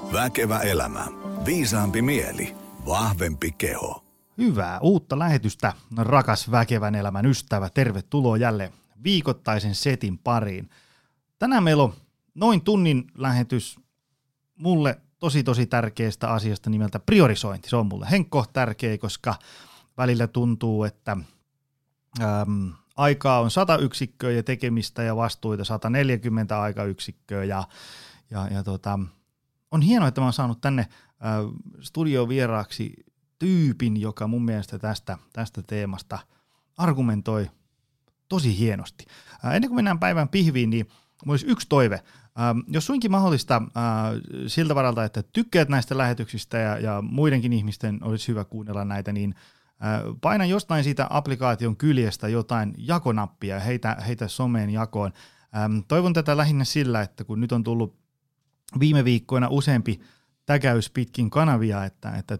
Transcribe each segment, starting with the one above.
Väkevä elämä. Viisaampi mieli. Vahvempi keho. Hyvää uutta lähetystä, rakas väkevän elämän ystävä. Tervetuloa jälleen viikoittaisen setin pariin. Tänään meillä on noin tunnin lähetys mulle tosi tärkeästä asiasta nimeltä priorisointi. Se on mulle henkko tärkeä, koska välillä tuntuu, että aikaa on 100 yksikköä ja tekemistä ja vastuita 140 aikayksikköä ja on hienoa, että mä oon saanut tänne studioon vieraaksi tyypin, joka mun mielestä tästä teemasta argumentoi tosi hienosti. Ennen kuin mennään päivän pihviin, niin mulla olisi yksi toive. Jos suinkin mahdollista siltä varalta, että tykkäät näistä lähetyksistä ja muidenkin ihmisten olisi hyvä kuunnella näitä, niin paina jostain siitä applikaation kyljestä jotain jakonappia ja heitä someen jakoon. Toivon tätä lähinnä sillä, että kun nyt on tullut viime viikkoina useampi täkäys pitkin kanavia, että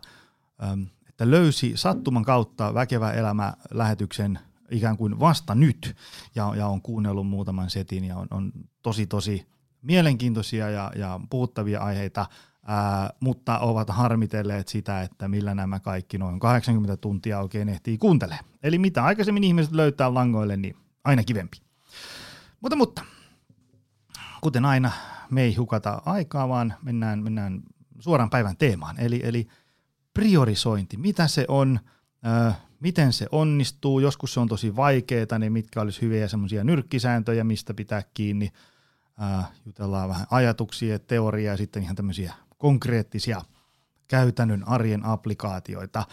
löysi sattuman kautta Väkevä elämä -lähetyksen ikään kuin vasta nyt ja on kuunnellut muutaman setin ja on tosi mielenkiintoisia ja puhuttavia aiheita, mutta ovat harmitelleet sitä, että millä nämä kaikki noin 80 tuntia oikein ehtii kuuntelemaan. Eli mitä aikaisemmin ihmiset löytää langoille, niin aina kivempi. Mutta kuten aina, me ei hukata aikaa, vaan mennään suoraan päivän teemaan. Eli priorisointi, mitä se on, miten se onnistuu, joskus se on tosi vaikeaa, niin mitkä olisi hyviä semmoisia nyrkkisääntöjä, mistä pitää kiinni, jutellaan vähän ajatuksia ja teoriaa ja sitten ihan tämmöisiä konkreettisia käytännön arjen applikaatioita.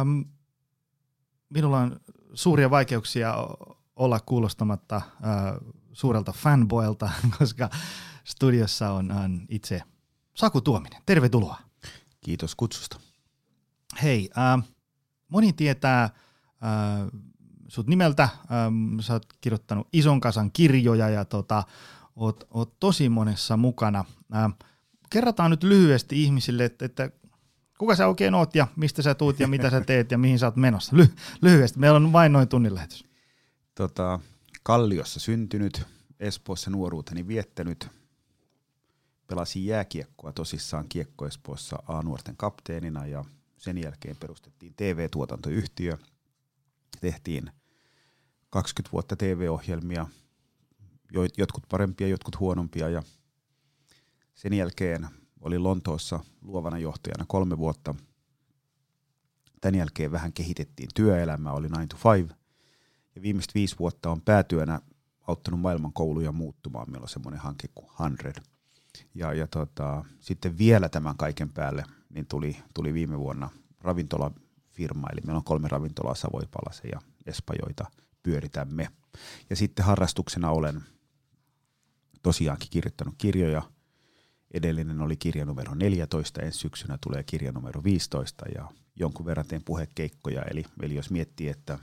Minulla on suuria vaikeuksia olla kuulostamatta suurelta fanboilta, koska studiossa on itse Saku Tuominen. Tervetuloa. Kiitos kutsusta. Hei, moni tietää sut nimeltä, sä oot kirjoittanut ison kasan kirjoja ja oot tosi monessa mukana. Kerrataan nyt lyhyesti ihmisille, että kuka sä oikein oot ja mistä sä tuut ja mitä sä teet ja mihin sä oot menossa. Lyhyesti, meillä on vain noin tunnin lähetys. Kalliossa syntynyt, Espoossa nuoruuteni viettänyt. Pelasin jääkiekkoa tosissaan Kiekko Espoossa A-nuorten kapteenina ja sen jälkeen perustettiin TV-tuotantoyhtiö. Tehtiin 20 vuotta TV-ohjelmia, jotkut parempia, jotkut huonompia ja sen jälkeen olin Lontoossa luovana johtajana 3 vuotta. Tämän jälkeen vähän kehitettiin työelämää, oli 9 to 5 ja viimeiset 5 vuotta on päätyönä auttanut maailmankouluja muuttumaan. Meillä on semmoinen hanke kuin 100. Sitten vielä tämän kaiken päälle niin tuli viime vuonna ravintolafirma, eli meillä on 3 ravintolaa Savoipalase ja Espa, joita pyöritämme. Ja sitten harrastuksena olen tosiaankin kirjoittanut kirjoja. Edellinen oli kirja numero 14, ensi syksynä tulee kirja numero 15 ja jonkun verran teen puhekeikkoja. Eli jos miettii, että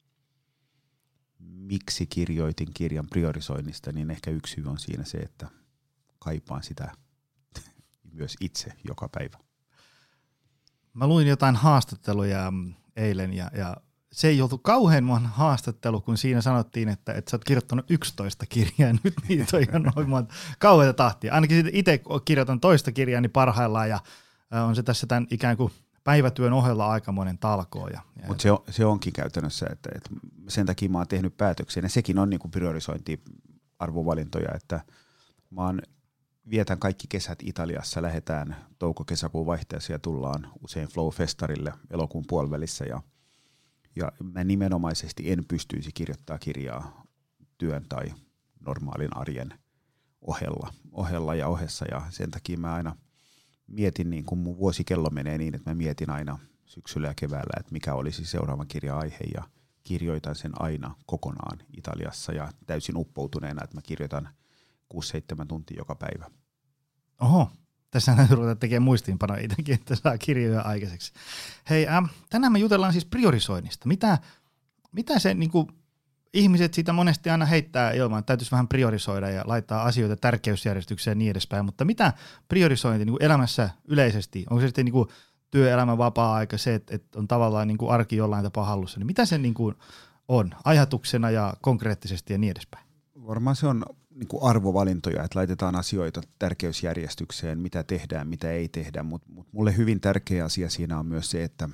miksi kirjoitin kirjan priorisoinnista, niin ehkä yksi syy on siinä se, että kaipaan sitä myös itse joka päivä. Mä luin jotain haastatteluja eilen ja se ei ollut kauhean mun haastattelu, kun siinä sanottiin, että sä oot kirjoittanut 11 kirjaa, nyt niitä on ihan noin kauheata tahtia. Ainakin itse kirjoitan toista kirjaani parhaillaan ja on se tässä tämän ikään kuin päivätyön ohella aikamoinen talkoo. Mutta se onkin käytännössä, että sen takia mä oon tehnyt päätöksen ja sekin on niinku priorisointiarvovalintoja, että mä vietän kaikki kesät Italiassa, lähdetään touko-kesäkuun vaihteessa ja tullaan usein Flow-festarille elokuun puolivälissä ja mä nimenomaisesti en pystyisi kirjoittaa kirjaa työn tai normaalin arjen ohella ja ohessa ja sen takia mä aina mietin, niin kun mun vuosikello menee niin, että mä mietin aina syksyllä ja keväällä, että mikä olisi seuraavan kirjan aihe ja kirjoitan sen aina kokonaan Italiassa ja täysin uppoutuneena, että mä kirjoitan 6-7 tuntia joka päivä. Oho, tässä täytyy ruveta tekemään muistiinpanoja itsekin, että saa kirjoja aikaiseksi. Hei, tänään me jutellaan siis priorisoinnista. Mitä se niinku, ihmiset siitä monesti aina heittää ilman, että täytyisi vähän priorisoida ja laittaa asioita tärkeysjärjestykseen ja niin edespäin, mutta mitä priorisointi niinku elämässä yleisesti, onko se sitten niinku työelämä, vapaa-aika, se, että on tavallaan niinku arki jollain tapaa hallussa, niin mitä se niinku on ajatuksena ja konkreettisesti ja niin edespäin? Varmaan se on niin kuin arvovalintoja, että laitetaan asioita tärkeysjärjestykseen, mitä tehdään, mitä ei tehdä, mutta mulle hyvin tärkeä asia siinä on myös se, että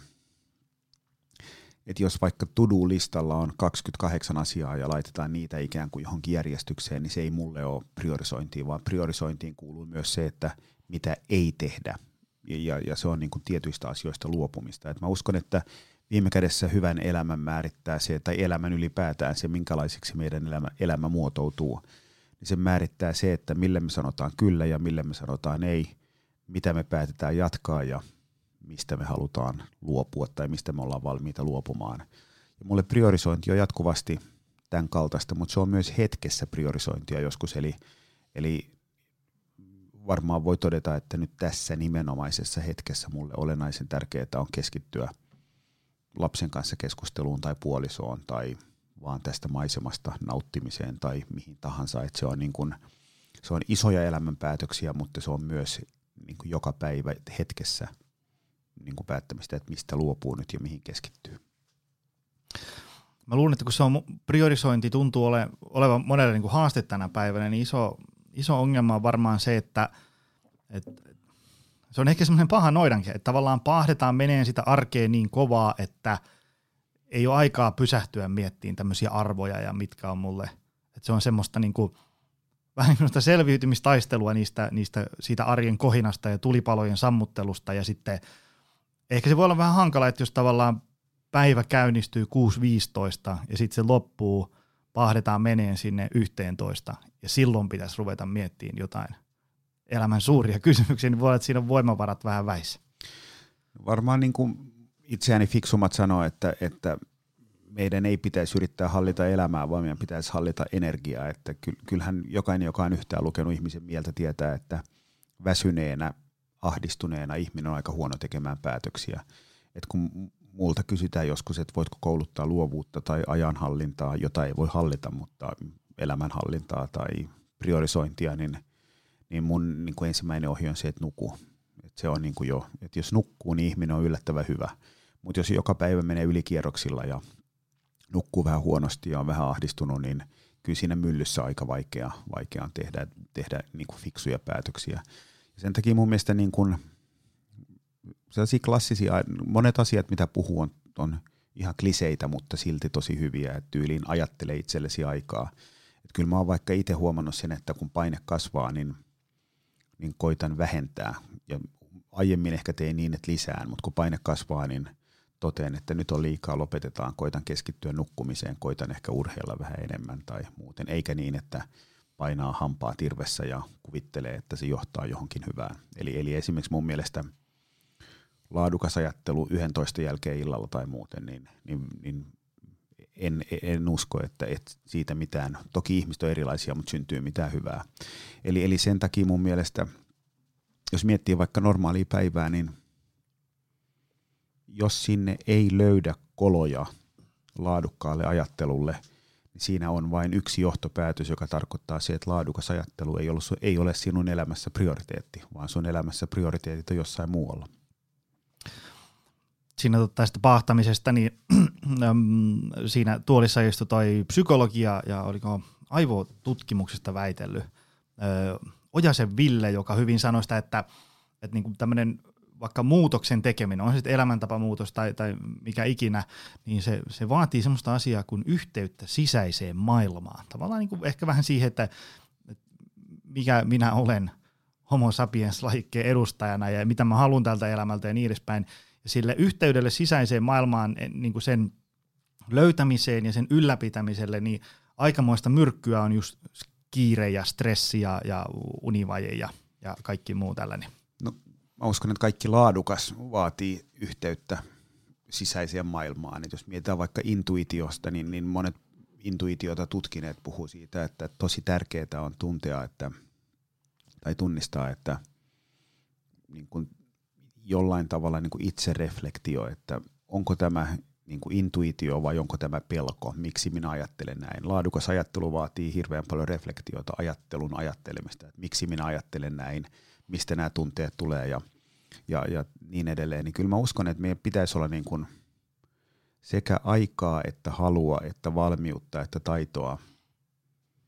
jos vaikka to-do-listalla on 28 asiaa ja laitetaan niitä ikään kuin johonkin järjestykseen, niin se ei mulle ole priorisointia, vaan priorisointiin kuuluu myös se, että mitä ei tehdä. Ja se on niin kuin tietyistä asioista luopumista. Et mä uskon, että viime kädessä hyvän elämän määrittää se, tai elämän ylipäätään se, minkälaiseksi meidän elämä muotoutuu. Niin se määrittää se, että mille me sanotaan kyllä ja mille me sanotaan ei, mitä me päätetään jatkaa ja mistä me halutaan luopua tai mistä me ollaan valmiita luopumaan. Ja mulle priorisointi on jatkuvasti tämän kaltaista, mutta se on myös hetkessä priorisointia joskus. Eli varmaan voi todeta, että nyt tässä nimenomaisessa hetkessä mulle olennaisen tärkeää on keskittyä lapsen kanssa keskusteluun tai puolisoon tai vaan tästä maisemasta nauttimiseen tai mihin tahansa. Että se on isoja elämänpäätöksiä, mutta se on myös niin kuin joka päivä hetkessä niin kuin päättämistä, että mistä luopuu nyt ja mihin keskittyy. Mä luulen, että kun se on priorisointi tuntuu olevan monelle niin kuin haaste tänä päivänä, niin iso ongelma on varmaan se, että se on ehkä semmoinen paha noidankin, että tavallaan pahdetaan meneen sitä arkea niin kovaa, että ei ole aikaa pysähtyä miettimään tämmöisiä arvoja ja mitkä on mulle. Että se on semmoista niin kuin, vähän semmoista selviytymistaistelua siitä arjen kohinasta ja tulipalojen sammuttelusta ja sitten ehkä se voi olla vähän hankala, että jos tavallaan päivä käynnistyy 6.15 ja sitten se loppuu, pahdetaan meneen sinne 11 ja silloin pitäisi ruveta miettimään jotain elämän suuria kysymyksiä, niin voi olla, että siinä on voimavarat vähän vähissä. Varmaan niin kuin itseäni fiksummat sanoo, että meidän ei pitäisi yrittää hallita elämää, vaan meidän pitäisi hallita energiaa. Että kyllähän jokainen, joka on yhtään lukenut ihmisen mieltä, tietää, että väsyneenä, ahdistuneena ihminen on aika huono tekemään päätöksiä. Et kun multa kysytään joskus, että voitko kouluttaa luovuutta tai ajanhallintaa, jota ei voi hallita, mutta elämänhallintaa tai priorisointia, niin mun niin kuin ensimmäinen ohje on se, että nuku. Et se on niin kuin jo, että jos nukkuu, niin ihminen on yllättävän hyvä. Mutta jos joka päivä menee ylikierroksilla ja nukkuu vähän huonosti ja on vähän ahdistunut, niin kyllä siinä myllyssä aika vaikea on tehdä niin kuin fiksuja päätöksiä. Ja sen takia mun mielestä niin kuin sellaisia klassisia, monet asiat mitä puhuu on ihan kliseitä, mutta silti tosi hyviä, että tyyliin ajattele itsellesi aikaa. Et kyllä mä oon vaikka itse huomannut sen, että kun paine kasvaa, niin koitan vähentää. Ja aiemmin ehkä tein niin, että lisään, mutta kun paine kasvaa, niin totean, että nyt on liikaa, lopetetaan, koitan keskittyä nukkumiseen, koitan ehkä urheilla vähän enemmän tai muuten, eikä niin, että painaa hampaa tirvessä ja kuvittelee, että se johtaa johonkin hyvään. Eli esimerkiksi mun mielestä laadukas ajattelu 11 jälkeen illalla tai muuten, niin en usko, että siitä mitään, toki ihmiset on erilaisia, mutta syntyy mitään hyvää. Eli sen takia mun mielestä, jos miettii vaikka normaalia päivää, niin jos sinne ei löydä koloja laadukkaalle ajattelulle, niin siinä on vain yksi johtopäätös, joka tarkoittaa se, että laadukas ajattelu ei ole sinun elämässä prioriteetti, vaan sun elämässä prioriteetit on jossain muualla. Siinä tästä pahtamisesta, niin siinä tuolissa istui toi psykologia ja oliko aivotutkimuksesta väitellyt Ojasen Ville, joka hyvin sanoi sitä, että niin kuin tämmöinen vaikka muutoksen tekeminen, on se sitten elämäntapamuutos tai mikä ikinä, niin se vaatii semmoista asiaa kuin yhteyttä sisäiseen maailmaan. Tavallaan niin kuin ehkä vähän siihen, että mikä minä olen homo sapiens-lajikkeen edustajana ja mitä mä haluan tältä elämältä ja niin edespäin. Ja sille yhteydelle sisäiseen maailmaan, niin kuin sen löytämiseen ja sen ylläpitämiselle, niin aikamoista myrkkyä on just kiire ja stressi ja univaje ja kaikki muu tällainen. No, mä uskon, että kaikki laadukas vaatii yhteyttä sisäiseen maailmaan. Et jos mietitään vaikka intuitiosta, niin monet intuitiota tutkineet puhuu siitä, että tosi tärkeää on tuntea tai tunnistaa, että niin kun jollain tavalla niin kuin itsereflektio, että onko tämä niin kuin intuitio vai onko tämä pelko, miksi minä ajattelen näin. Laadukas ajattelu vaatii hirveän paljon reflektiota, ajattelun ajattelemista, että miksi minä ajattelen näin, mistä nämä tunteet tulee ja niin edelleen. Niin kyllä mä uskon, että meidän pitäisi olla niin kuin sekä aikaa että halua, että valmiutta, että taitoa niin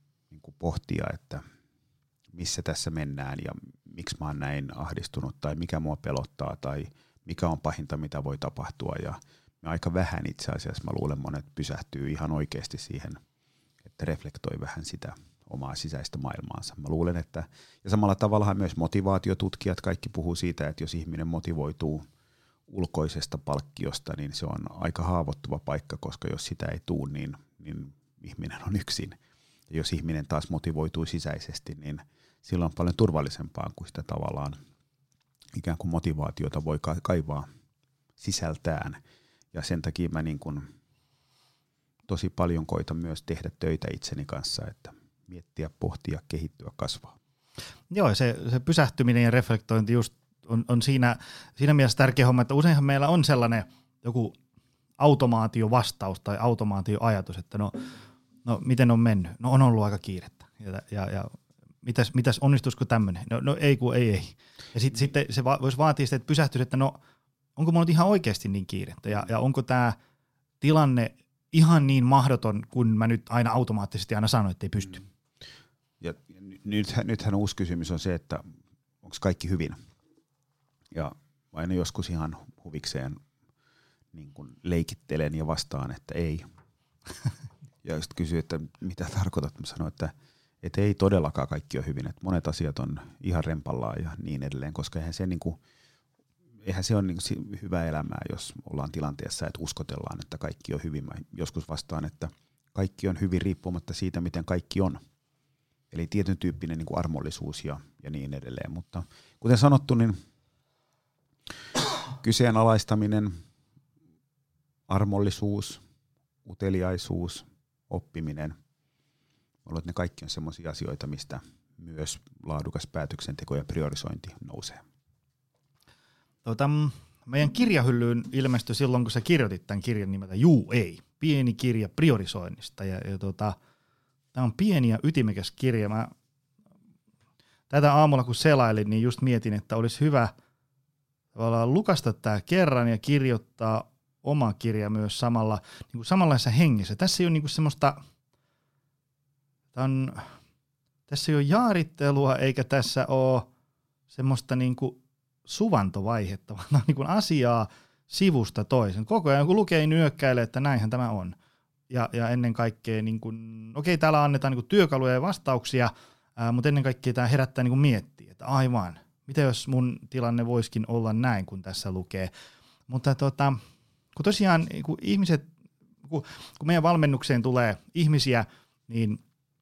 kuin pohtia, että missä tässä mennään ja miksi mä oon näin ahdistunut tai mikä mua pelottaa tai mikä on pahinta, mitä voi tapahtua. Ja aika vähän itse asiassa mä luulen monet pysähtyy ihan oikeasti siihen, että reflektoi vähän sitä omaa sisäistä maailmaansa. Mä luulen, että ja samalla tavallahan myös motivaatiotutkijat kaikki puhuu siitä, että jos ihminen motivoituu ulkoisesta palkkiosta, niin se on aika haavoittuva paikka, koska jos sitä ei tule, niin ihminen on yksin. Ja jos ihminen taas motivoituu sisäisesti, niin silloin on paljon turvallisempaa kuin sitä tavallaan ikään kuin motivaatiota voi kaivaa sisältään. Ja sen takia mä niin kuin tosi paljon koitan myös tehdä töitä itseni kanssa, että miettiä, pohtia, kehittyä, kasvaa. Joo, se pysähtyminen ja reflektointi just on siinä mielessä tärkeä homma, että useinhan meillä on sellainen joku automaatiovastaus tai automaatioajatus, että no miten on mennyt? No on ollut aika kiirettä. Ja mitäs onnistuisiko tämmöinen? No ei. Ja sitten se voisi vaatia sitä, että pysähtyisi, että no onko mulla nyt ihan oikeasti niin kiirettä ja onko tämä tilanne ihan niin mahdoton, kun mä nyt aina automaattisesti aina sanon, että ei pysty. Ja nythän uusi kysymys on se, että onko kaikki hyvin? Ja aina joskus ihan huvikseen niin kun leikittelen ja vastaan, että ei. Ja sitten kysyy, että mitä tarkoitat? Mä sanoin, että ei todellakaan kaikki ole hyvin. Että monet asiat on ihan rempallaan ja niin edelleen, koska eihän se ole niin hyvä elämää, jos ollaan tilanteessa, että uskotellaan, että kaikki on hyvin. Mä joskus vastaan, että kaikki on hyvin riippumatta siitä, miten kaikki on. Eli tietyn tyyppinen niin kuin armollisuus ja niin edelleen. Mutta kuten sanottu, niin kyseenalaistaminen, armollisuus, uteliaisuus, oppiminen, ne kaikki on sellaisia asioita, mistä myös laadukas päätöksenteko ja priorisointi nousee. Meidän kirjahyllyyn ilmestyi silloin, kun sä kirjoitit tämän kirjan nimeltä Juu ei, pieni kirja priorisoinnista. Tämä on pieni ja ytimekäs kirja. Mä tätä aamulla kun selailin, niin just mietin, että olisi hyvä tavallaan lukasta tämä kerran ja kirjoittaa oma kirja myös samanlaisessa hengessä. Tässä ei ole niinku semmoista, tässä ei ole jaarittelua eikä tässä ole semmoista niinku suvantovaihetta, vaan on niinku asiaa sivusta toisen. Koko ajan kun lukee, nyökkäilee, että näinhän tämä on. Ja ennen kaikkea, okei, täällä annetaan niinku työkaluja ja vastauksia, mutta ennen kaikkea tämä herättää niinku miettiä, että aivan, mitä jos mun tilanne voisikin olla näin, kun tässä lukee. Mutta kun tosiaan kun ihmiset, kun meidän valmennukseen tulee ihmisiä, niin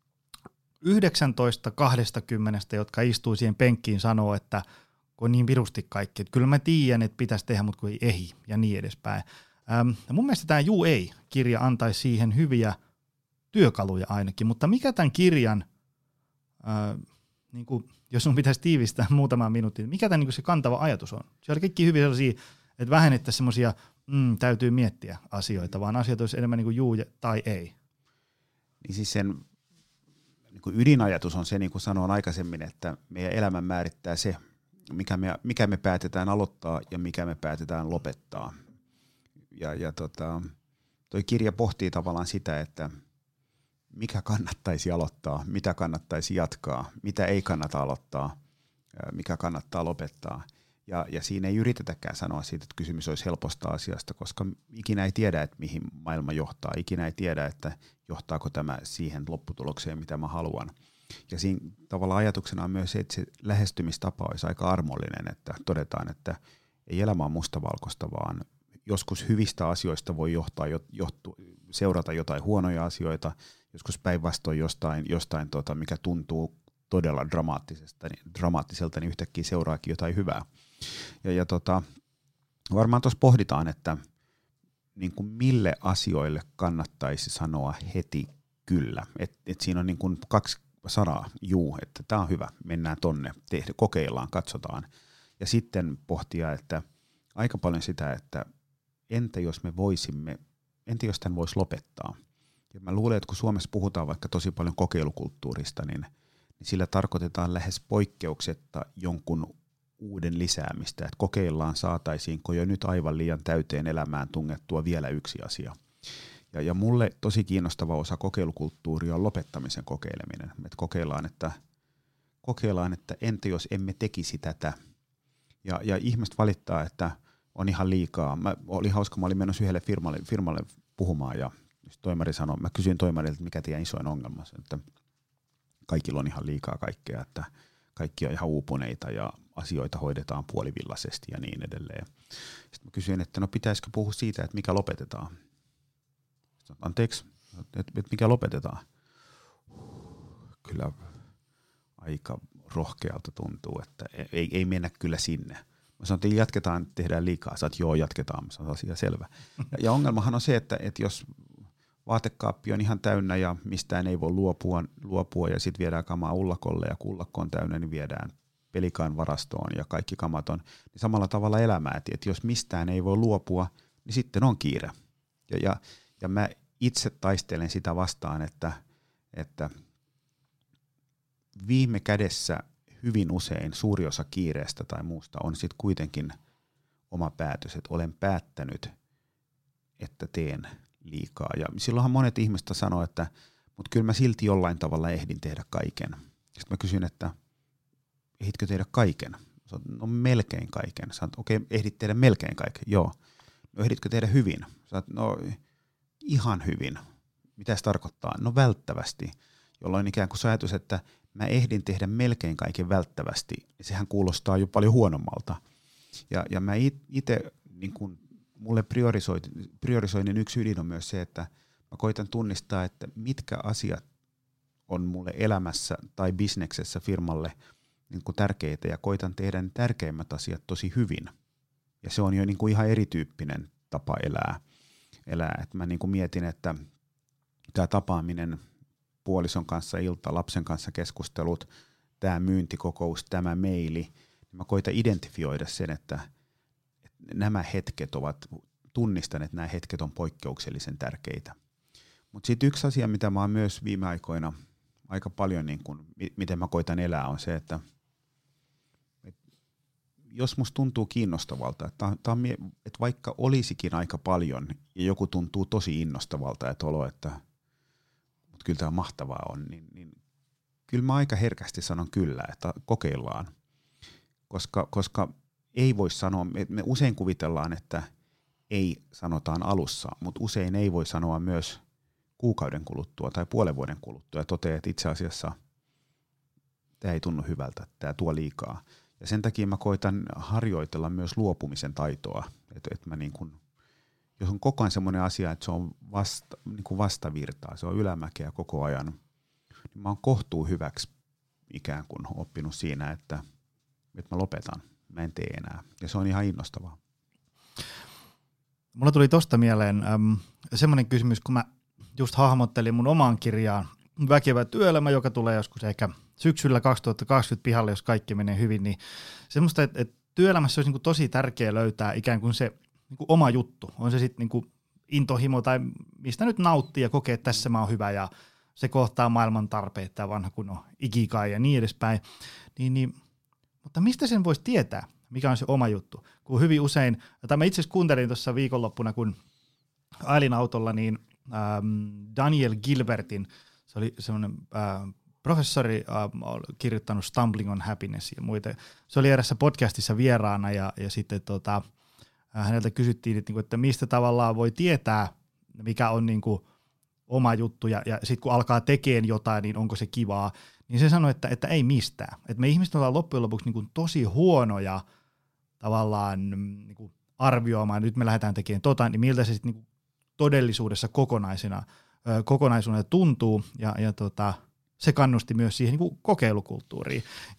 19-20, jotka istuu siihen penkkiin, sanoo, että kun on niin virusti kaikki, että kyllä mä tiedän, että pitäisi tehdä, mutta kun ei ehdi ja niin edespäin. Mun mielestä tämä Juu ei-kirja antaisi siihen hyviä työkaluja ainakin, mutta mikä tämän kirjan, jos sun pitäisi tiivistää muutaman minuutin, mikä tämän se kantava ajatus on? Se oli kaikki hyvin sellaisia, että vähennettäisiin semmoisia, täytyy miettiä asioita, vaan asiat olisi enemmän niin kuin juu tai ei. Niin siis sen niin kuin ydinajatus on se, niin kuin sanoin aikaisemmin, että meidän elämän määrittää se, mikä me päätetään aloittaa ja mikä me päätetään lopettaa. Ja toi kirja pohtii tavallaan sitä, että mikä kannattaisi aloittaa, mitä kannattaisi jatkaa, mitä ei kannata aloittaa, mikä kannattaa lopettaa. Ja siinä ei yritetäkään sanoa siitä, että kysymys olisi helposta asiasta, koska ikinä ei tiedä, että mihin maailma johtaa. Ikinä ei tiedä, että johtaako tämä siihen lopputulokseen, mitä mä haluan. Ja siinä tavallaan ajatuksena on myös se, että se lähestymistapa olisi aika armollinen, että todetaan, että ei elämä ole mustavalkoista, vaan joskus hyvistä asioista voi seurata jotain huonoja asioita, joskus päinvastoin jostain mikä tuntuu todella dramaattiselta, niin yhtäkkiä seuraakin jotain hyvää. Ja varmaan tuossa pohditaan, että niin kuin mille asioille kannattaisi sanoa heti kyllä. Et siinä on niin kuin 2 sanaa, juu, että tämä on hyvä, mennään tonne, kokeillaan, katsotaan. Ja sitten pohtia, että aika paljon sitä, että entä jos tämän voisi lopettaa. Ja mä luulen, että kun Suomessa puhutaan vaikka tosi paljon kokeilukulttuurista, niin sillä tarkoitetaan lähes poikkeuksetta jonkun uuden lisäämistä, että kokeillaan saataisiinko jo nyt aivan liian täyteen elämään tungettua vielä yksi asia. Ja mulle tosi kiinnostava osa kokeilukulttuuria on lopettamisen kokeileminen. Et kokeillaan, että entä jos emme tekisi tätä. Ja ihmiset valittaa, että on ihan liikaa. Oli hauska, mä olin menossa yhdelle firmalle puhumaan ja toimari sanoi, mä kysyin toimarilta, että mikä teidän isoin ongelma on, että kaikilla on ihan liikaa kaikkea, että kaikki on ihan uupuneita ja asioita hoidetaan puolivillaisesti ja niin edelleen. Sitten mä kysyin, että no pitäisikö puhua siitä, että mikä lopetetaan. Anteeksi, että mikä lopetetaan? Kyllä aika rohkealta tuntuu, että ei mennä kyllä sinne. Mä sanoin, että jatketaan, tehdään liikaa. Sä oot, joo, jatketaan. Mä sanoin, asia selvä. Ja ongelmahan on se, että jos vaatekaappi on ihan täynnä ja mistään ei voi luopua ja sitten viedään kamaa ullakolle ja kun ullakko on täynnä, niin viedään pelikaan varastoon ja kaikki kamat on. Niin samalla tavalla elämää, että jos mistään ei voi luopua, niin sitten on kiire. Ja mä itse taistelen sitä vastaan, että viime kädessä hyvin usein suuri osa kiireestä tai muusta on sitten kuitenkin oma päätös, että olen päättänyt, että teen liikaa. Ja silloinhan monet ihmistä sanoo, että mutta kyllä mä silti jollain tavalla ehdin tehdä kaiken. Sitten mä kysyn, että ehditkö tehdä kaiken? No melkein kaiken. Sanoit, okei, ehdit tehdä melkein kaiken. Joo. No ehditkö tehdä hyvin? Sanoit, no ihan hyvin. Mitä se tarkoittaa? No välttävästi. Jolloin ikään kuin se ajatus, että mä ehdin tehdä melkein kaiken välttävästi, niin sehän kuulostaa jo paljon huonommalta. Ja mä itse, niin kun mulle priorisoinnin yksi ydin on myös se, että mä koitan tunnistaa, että mitkä asiat on mulle elämässä tai bisneksessä firmalle niin kuin tärkeitä, ja koitan tehdä ne tärkeimmät asiat tosi hyvin. Ja se on jo niin kuin ihan erityyppinen tapa elää. Että mä niin kuin mietin, että tämä tapaaminen puolison kanssa ilta, lapsen kanssa keskustelut, tämä myyntikokous, tämä maili, niin mä koitan identifioida sen, että nämä hetket tunnistan, että nämä hetket on poikkeuksellisen tärkeitä. Mutta sitten yksi asia, mitä mä oon myös viime aikoina aika paljon, niin kun, miten mä koitan elää, on se, että jos musta tuntuu kiinnostavalta, että vaikka olisikin aika paljon ja joku tuntuu tosi innostavalta, että mutta kyllä tämä mahtavaa on, niin kyllä mä aika herkästi sanon kyllä, että kokeillaan. Koska ei voi sanoa, me usein kuvitellaan, että ei sanotaan alussa, mutta usein ei voi sanoa myös kuukauden kuluttua tai puolen vuoden kuluttua ja toteaa, että itse asiassa tämä ei tunnu hyvältä, tämä tuo liikaa. Ja sen takia mä koitan harjoitella myös luopumisen taitoa, että mä niin kuin, jos on koko ajan semmoinen asia, että se on niin kuin vastavirtaa, se on ylämäkeä koko ajan, niin mä oon kohtuu hyväksi ikään kuin oppinut siinä, että mä lopetan, mä en tee enää. Ja se on ihan innostavaa. Mulla tuli tosta mieleen semmoinen kysymys, kun mä just hahmottelin mun omaan kirjaan Väkevä työelämä, joka tulee joskus ehkä syksyllä 2020 pihalle, jos kaikki menee hyvin, niin semmoista, että työelämässä olisi niin kuin tosi tärkeää löytää ikään kuin se niin kuin oma juttu. On se sitten niin kuin intohimo tai mistä nyt nauttii ja kokee, että tässä mä oon hyvä ja se kohtaa maailman tarpeet, tämä vanha kun on ikigai ja niin edespäin. Mutta mistä sen voisi tietää, mikä on se oma juttu? Kun hyvin usein, tai mä itse asiassa kuuntelin tuossa viikonloppuna, kun ailin autolla, niin Daniel Gilbertin, se oli semmoinen professori, kirjoittanut Stumbling on Happiness ja muita. Se oli erässä podcastissa vieraana ja sitten häneltä kysyttiin, että mistä tavallaan voi tietää, mikä on niin kuin oma juttu ja sitten kun alkaa tekemään jotain, niin onko se kivaa. Niin se sanoi, että ei mistään. Että me ihmiset ollaan loppujen lopuksi niin kuin tosi huonoja tavallaan niin kuin arvioimaan, nyt me lähdetään tekemään niin miltä se sitten niin kuin todellisuudessa kokonaisuudena tuntuu ja se kannusti myös siihen niin kuin kokeilukulttuuriin.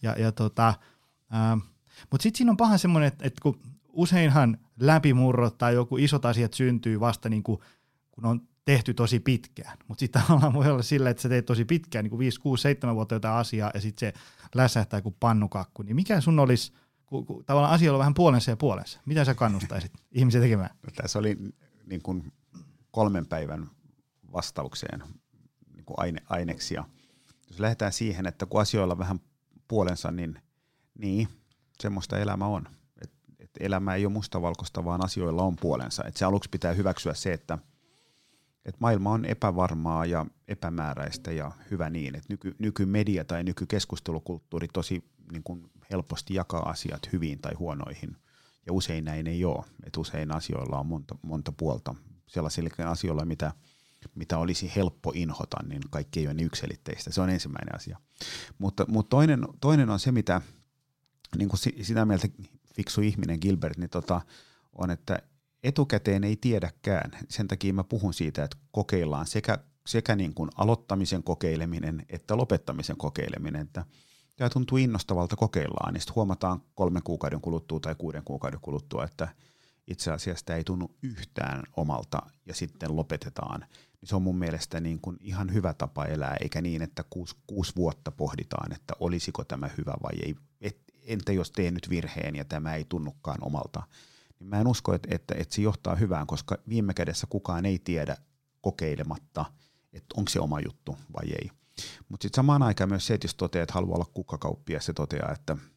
Mutta sitten siinä on paha semmoinen, että kun useinhan läpimurrot tai joku isot asiat syntyy vasta niin kuin, kun on tehty tosi pitkään, mutta sitten tavallaan voi olla sillä, että sä teet tosi pitkään, niin kuin 5, 6, 7 vuotta jotain asiaa ja sitten se läsähtää kuin pannukakku, niin mikä sun olisi, kun tavallaan asioilla on vähän puolensa ja puolensa, mitä sä kannustaisit ihmisiä tekemään? No, tässä oli niin kuin 3 päivän vastaukseen niin kuin aineksia. Jos lähdetään siihen, että kun asioilla on vähän puolensa, niin semmoista elämä on. Et elämä ei ole mustavalkoista, vaan asioilla on puolensa. Et se aluksi pitää hyväksyä se, että Et maailma on epävarmaa ja epämääräistä ja hyvä niin, että nykymedia tai nykykeskustelukulttuuri tosi niin kuin helposti jakaa asiat hyviin tai huonoihin. Ja usein näin ei ole. Et usein asioilla on monta puolta. Sellaisilla asioilla, mitä olisi helppo inhota, niin kaikki ei ole niin yksiselitteistä. Se on ensimmäinen asia. Mutta toinen on se, mitä niin kuin sitä mieltä fiksu ihminen Gilbert niin on, että etukäteen ei tiedäkään. Sen takia mä puhun siitä, että kokeillaan sekä niin kuin aloittamisen kokeileminen että lopettamisen kokeileminen. Että tämä tuntuu innostavalta kokeillaan, niin sitten huomataan 3 kuukauden kuluttua tai 6 kuukauden kuluttua, että itse asiassa tämä ei tunnu yhtään omalta ja sitten lopetetaan. Niin se on mun mielestä niin kuin ihan hyvä tapa elää, eikä niin, että 6 vuotta pohditaan, että olisiko tämä hyvä vai ei. Entä jos teen nyt virheen ja tämä ei tunnukaan omalta. Niin mä en usko, että se johtaa hyvään, koska viime kädessä kukaan ei tiedä kokeilematta, että onko se oma juttu vai ei. Mutta sitten samaan aikaan myös se, että jos toteaa, että haluaa olla kukkakauppias, se toteaa,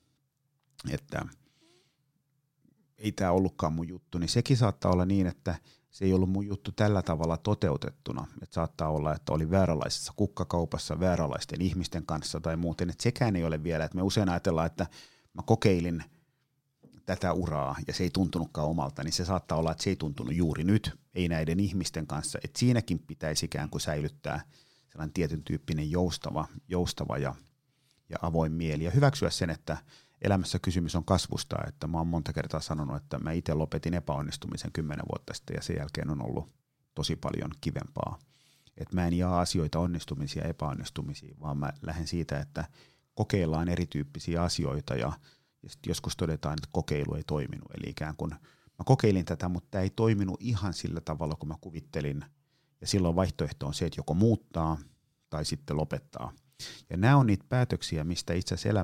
että ei tämä ollutkaan mun juttu, niin sekin saattaa olla niin, että se ei ollut mun juttu tällä tavalla toteutettuna. Että saattaa olla, että oli vääränlaisessa kukkakaupassa vääränlaisten ihmisten kanssa tai muuten. Että sekään ei ole vielä, että me usein ajatellaan, että mä kokeilin tätä uraa ja se ei tuntunutkaan omalta, niin se saattaa olla, että se ei tuntunut juuri nyt, ei näiden ihmisten kanssa. Että siinäkin pitäisi ikään kuin säilyttää sellainen tietyn tyyppinen joustava ja avoin mieli ja hyväksyä sen, että elämässä kysymys on kasvusta, että mä oon monta kertaa sanonut, että mä itse lopetin epäonnistumisen 10 vuotta sitten ja sen jälkeen on ollut tosi paljon kivempaa. Että mä en jaa asioita onnistumisia ja epäonnistumisia, vaan mä lähden siitä, että kokeillaan erityyppisiä asioita ja sitten joskus todetaan, että kokeilu ei toiminut. Eli ikään kuin mä kokeilin tätä, mutta tämä ei toiminut ihan sillä tavalla, kun mä kuvittelin. Ja silloin vaihtoehto on se, että joko muuttaa tai sitten lopettaa. Ja nämä on niitä päätöksiä, mistä itse asiassa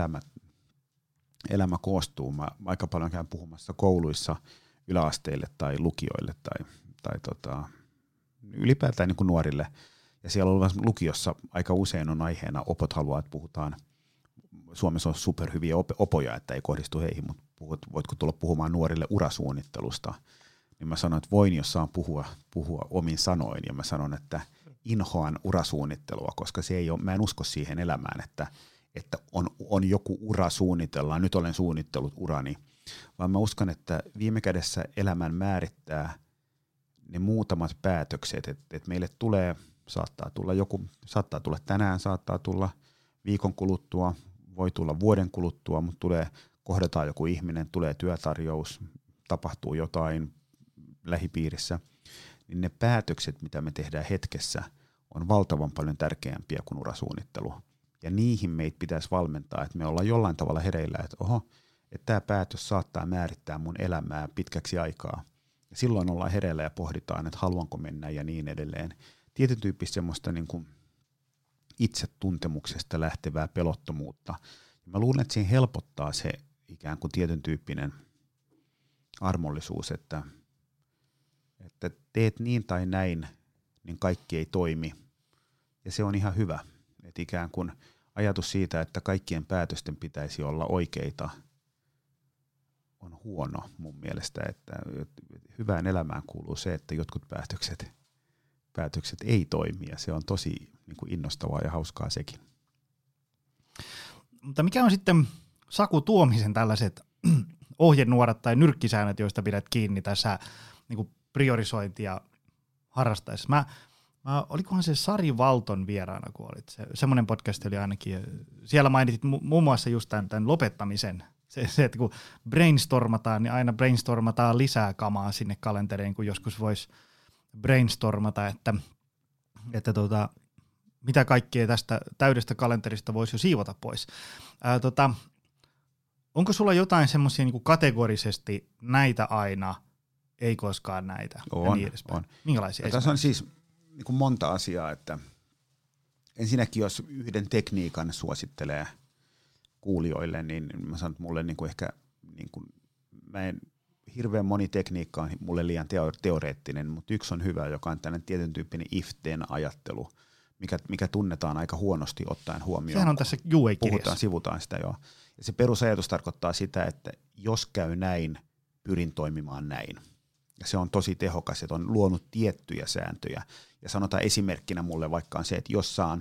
elämä koostuu. Mä aika paljon käyn puhumassa kouluissa yläasteille tai lukioille tai ylipäätään niin kuin nuorille. Ja siellä on lukiossa aika usein on aiheena, opot haluaa, että puhutaan, Suomessa on superhyviä opoja, että ei kohdistu heihin, mutta voitko tulla puhumaan nuorille urasuunnittelusta? Niin mä sanon, että voin, jos saan puhua omin sanoin, ja mä sanon, että inhoan urasuunnittelua, koska se ei ole, mä en usko siihen elämään, että on joku ura suunnitellaan, nyt olen suunnittelut urani, vaan mä uskon, että viime kädessä elämän määrittää ne muutamat päätökset, että meille saattaa tulla tänään, saattaa tulla viikon kuluttua, voi tulla vuoden kuluttua, mutta kohdataan joku ihminen, tulee työtarjous, tapahtuu jotain lähipiirissä, niin ne päätökset, mitä me tehdään hetkessä, on valtavan paljon tärkeämpiä kuin urasuunnittelu. Ja niihin meitä pitäisi valmentaa, että me ollaan jollain tavalla hereillä, että että tämä päätös saattaa määrittää mun elämää pitkäksi aikaa. Ja silloin ollaan hereillä ja pohditaan, että haluanko mennä ja niin edelleen. Tietyn tyyppistä semmoista niin kuin itsetuntemuksesta lähtevää pelottomuutta. Ja mä luulen, että siinä helpottaa se ikään kuin tietyn tyyppinen armollisuus, että teet niin tai näin, niin kaikki ei toimi. Ja se on ihan hyvä. Että ikään kuin ajatus siitä, että kaikkien päätösten pitäisi olla oikeita, on huono mun mielestä. Että hyvään elämään kuuluu se, että jotkut päätökset ei toimi, ja se on tosi niin kuin innostavaa ja hauskaa sekin. Mutta mikä on sitten Saku Tuomisen tällaiset ohjenuorat tai nyrkkisäännöt, joista pidät kiinni tässä niin kuin priorisointia harrastaessa? Olikohan se Sari Valton vieraana, kun olit? Semmoinen podcast oli ainakin. Siellä mainitit muun muassa just tämän lopettamisen. Se, että kun brainstormataan, niin aina brainstormataan lisää kamaa sinne kalenteriin, kun joskus voisi brainstormata, että mitä kaikkea tästä täydestä kalenterista voisi jo siivota pois. Onko sulla jotain semmoisia niin kategorisesti näitä aina, ei koskaan näitä? On. Minkälaisia? Tässä on siis niin kuin monta asiaa, että ensinnäkin jos yhden tekniikan suosittelee kuulijoille, niin mä sanon, että mulle niin kuin ehkä, niin kuin, hirveän moni tekniikka on mulle liian teoreettinen, mutta yksi on hyvä, joka on tällainen tietyn tyyppinen if-then-ajattelu, mikä tunnetaan aika huonosti ottaen huomioon. Sehän on tässä Juue-kirjassa. Sivutaan sitä joo. Ja se perusajatus tarkoittaa sitä, että jos käy näin, pyrin toimimaan näin. Ja se on tosi tehokas, että on luonut tiettyjä sääntöjä. Ja sanotaan esimerkkinä mulle vaikka on se, että jos saan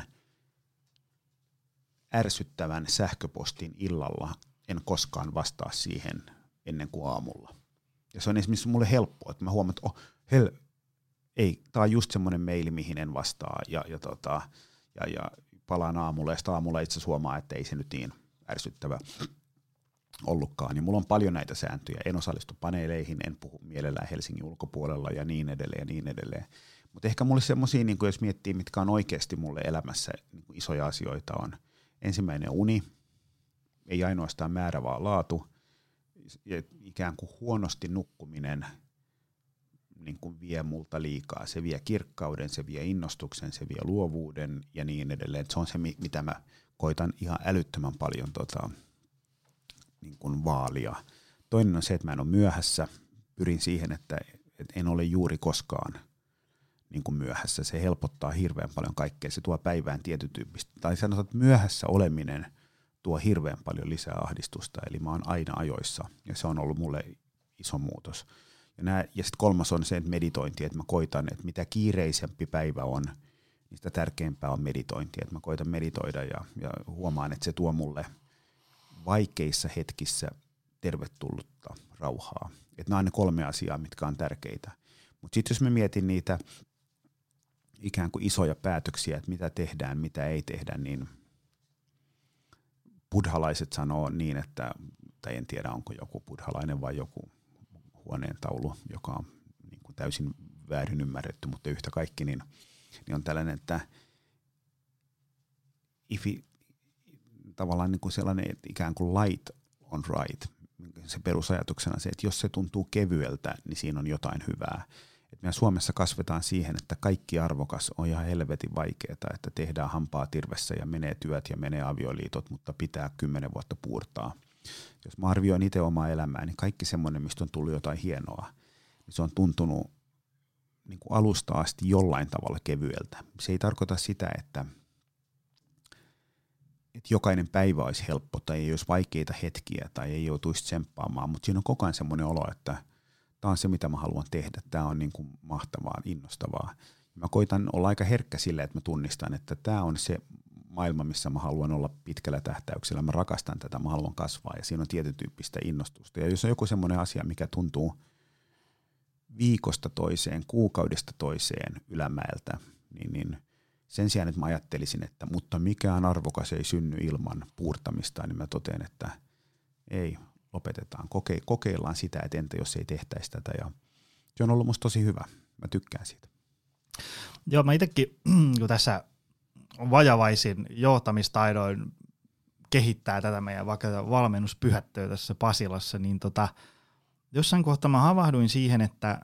ärsyttävän sähköpostin illalla, en koskaan vastaa siihen ennen kuin aamulla. Ja se on esimerkiksi mulle helppoa, että mä huomaan, että ei, tää on just semmoinen maili, mihin en vastaa, ja palaan aamulla, ja sitten aamulla itse asiassa huomaa, että ei se nyt niin ärsyttävä ollutkaan. Niin mulla on paljon näitä sääntöjä, en osallistu paneeleihin, en puhu mielellään Helsingin ulkopuolella, ja niin edelleen, ja niin edelleen. Mutta ehkä mulle semmosia, niin jos miettii, mitkä on oikeasti mulle elämässä niin isoja asioita, on ensimmäinen uni, ei ainoastaan määrä, vaan laatu, ja ikään kuin huonosti nukkuminen niin kuin vie multa liikaa. Se vie kirkkauden, se vie innostuksen, se vie luovuuden ja niin edelleen. Et se on se, mitä mä koitan ihan älyttömän paljon niin kuin vaalia. Toinen on se, että mä en ole myöhässä. Pyrin siihen, että en ole juuri koskaan niin kuin myöhässä. Se helpottaa hirveän paljon kaikkea. Se tuo päivään tietytyyppistä. Tai sanotaan, että myöhässä oleminen tuo hirveän paljon lisää ahdistusta. Eli mä oon aina ajoissa ja se on ollut mulle iso muutos. Ja sitten kolmas on se, että meditointi, että mä koitan, että mitä kiireisempi päivä on, niin sitä tärkeämpää on meditointi. Että mä koitan meditoida ja huomaan, että se tuo mulle vaikeissa hetkissä tervetullutta rauhaa. Että nämä on ne 3 asiaa, mitkä on tärkeitä. Mutta sitten jos mä mietin niitä ikään kuin isoja päätöksiä, että mitä tehdään, mitä ei tehdä, niin buddhalaiset sanoo niin, että, tai en tiedä onko joku buddhalainen vai joku huoneentaulu, joka on niin kuin täysin väärin ymmärretty, mutta yhtä kaikki, niin on tällainen, että tavallaan niin kuin sellainen, että ikään kuin light on right. Se perusajatuksena se, että jos se tuntuu kevyeltä, niin siinä on jotain hyvää. Et meidän Suomessa kasvetaan siihen, että kaikki arvokas on ihan helvetin vaikeaa, että tehdään hampaa tirvessä ja menee työt ja menee avioliitot, mutta pitää 10 vuotta puurtaa. Jos mä arvioin itse omaa elämää, niin kaikki semmoinen, mistä on tullut jotain hienoa, niin se on tuntunut niin kuin alusta asti jollain tavalla kevyeltä. Se ei tarkoita sitä, että jokainen päivä olisi helppo tai ei olisi vaikeita hetkiä tai ei joutuisi tsemppaamaan, mutta siinä on koko ajan semmoinen olo, että tämä on se, mitä mä haluan tehdä. Tämä on niin kuin mahtavaa, innostavaa. Mä koitan olla aika herkkä sille, että mä tunnistan, että tämä on se maailma, missä mä haluan olla pitkällä tähtäyksellä. Mä rakastan tätä, mä haluan kasvaa ja siinä on tietyn tyyppistä innostusta. Ja jos on joku semmoinen asia, mikä tuntuu viikosta toiseen, kuukaudesta toiseen ylämäeltä, niin sen sijaan, että mä ajattelisin, että mutta mikään arvokas ei synny ilman puurtamista, niin mä totean, että ei, lopetetaan. Kokeillaan sitä, että entä jos ei tehtäisi tätä. Ja se on ollut musta tosi hyvä. Mä tykkään siitä. Joo, mä itsekin, kun tässä vajavaisin johtamistaidoin kehittää tätä meidän vaikka valmennuspyhättöä tässä Pasilassa, niin jossain kohtaa mä havahduin siihen, että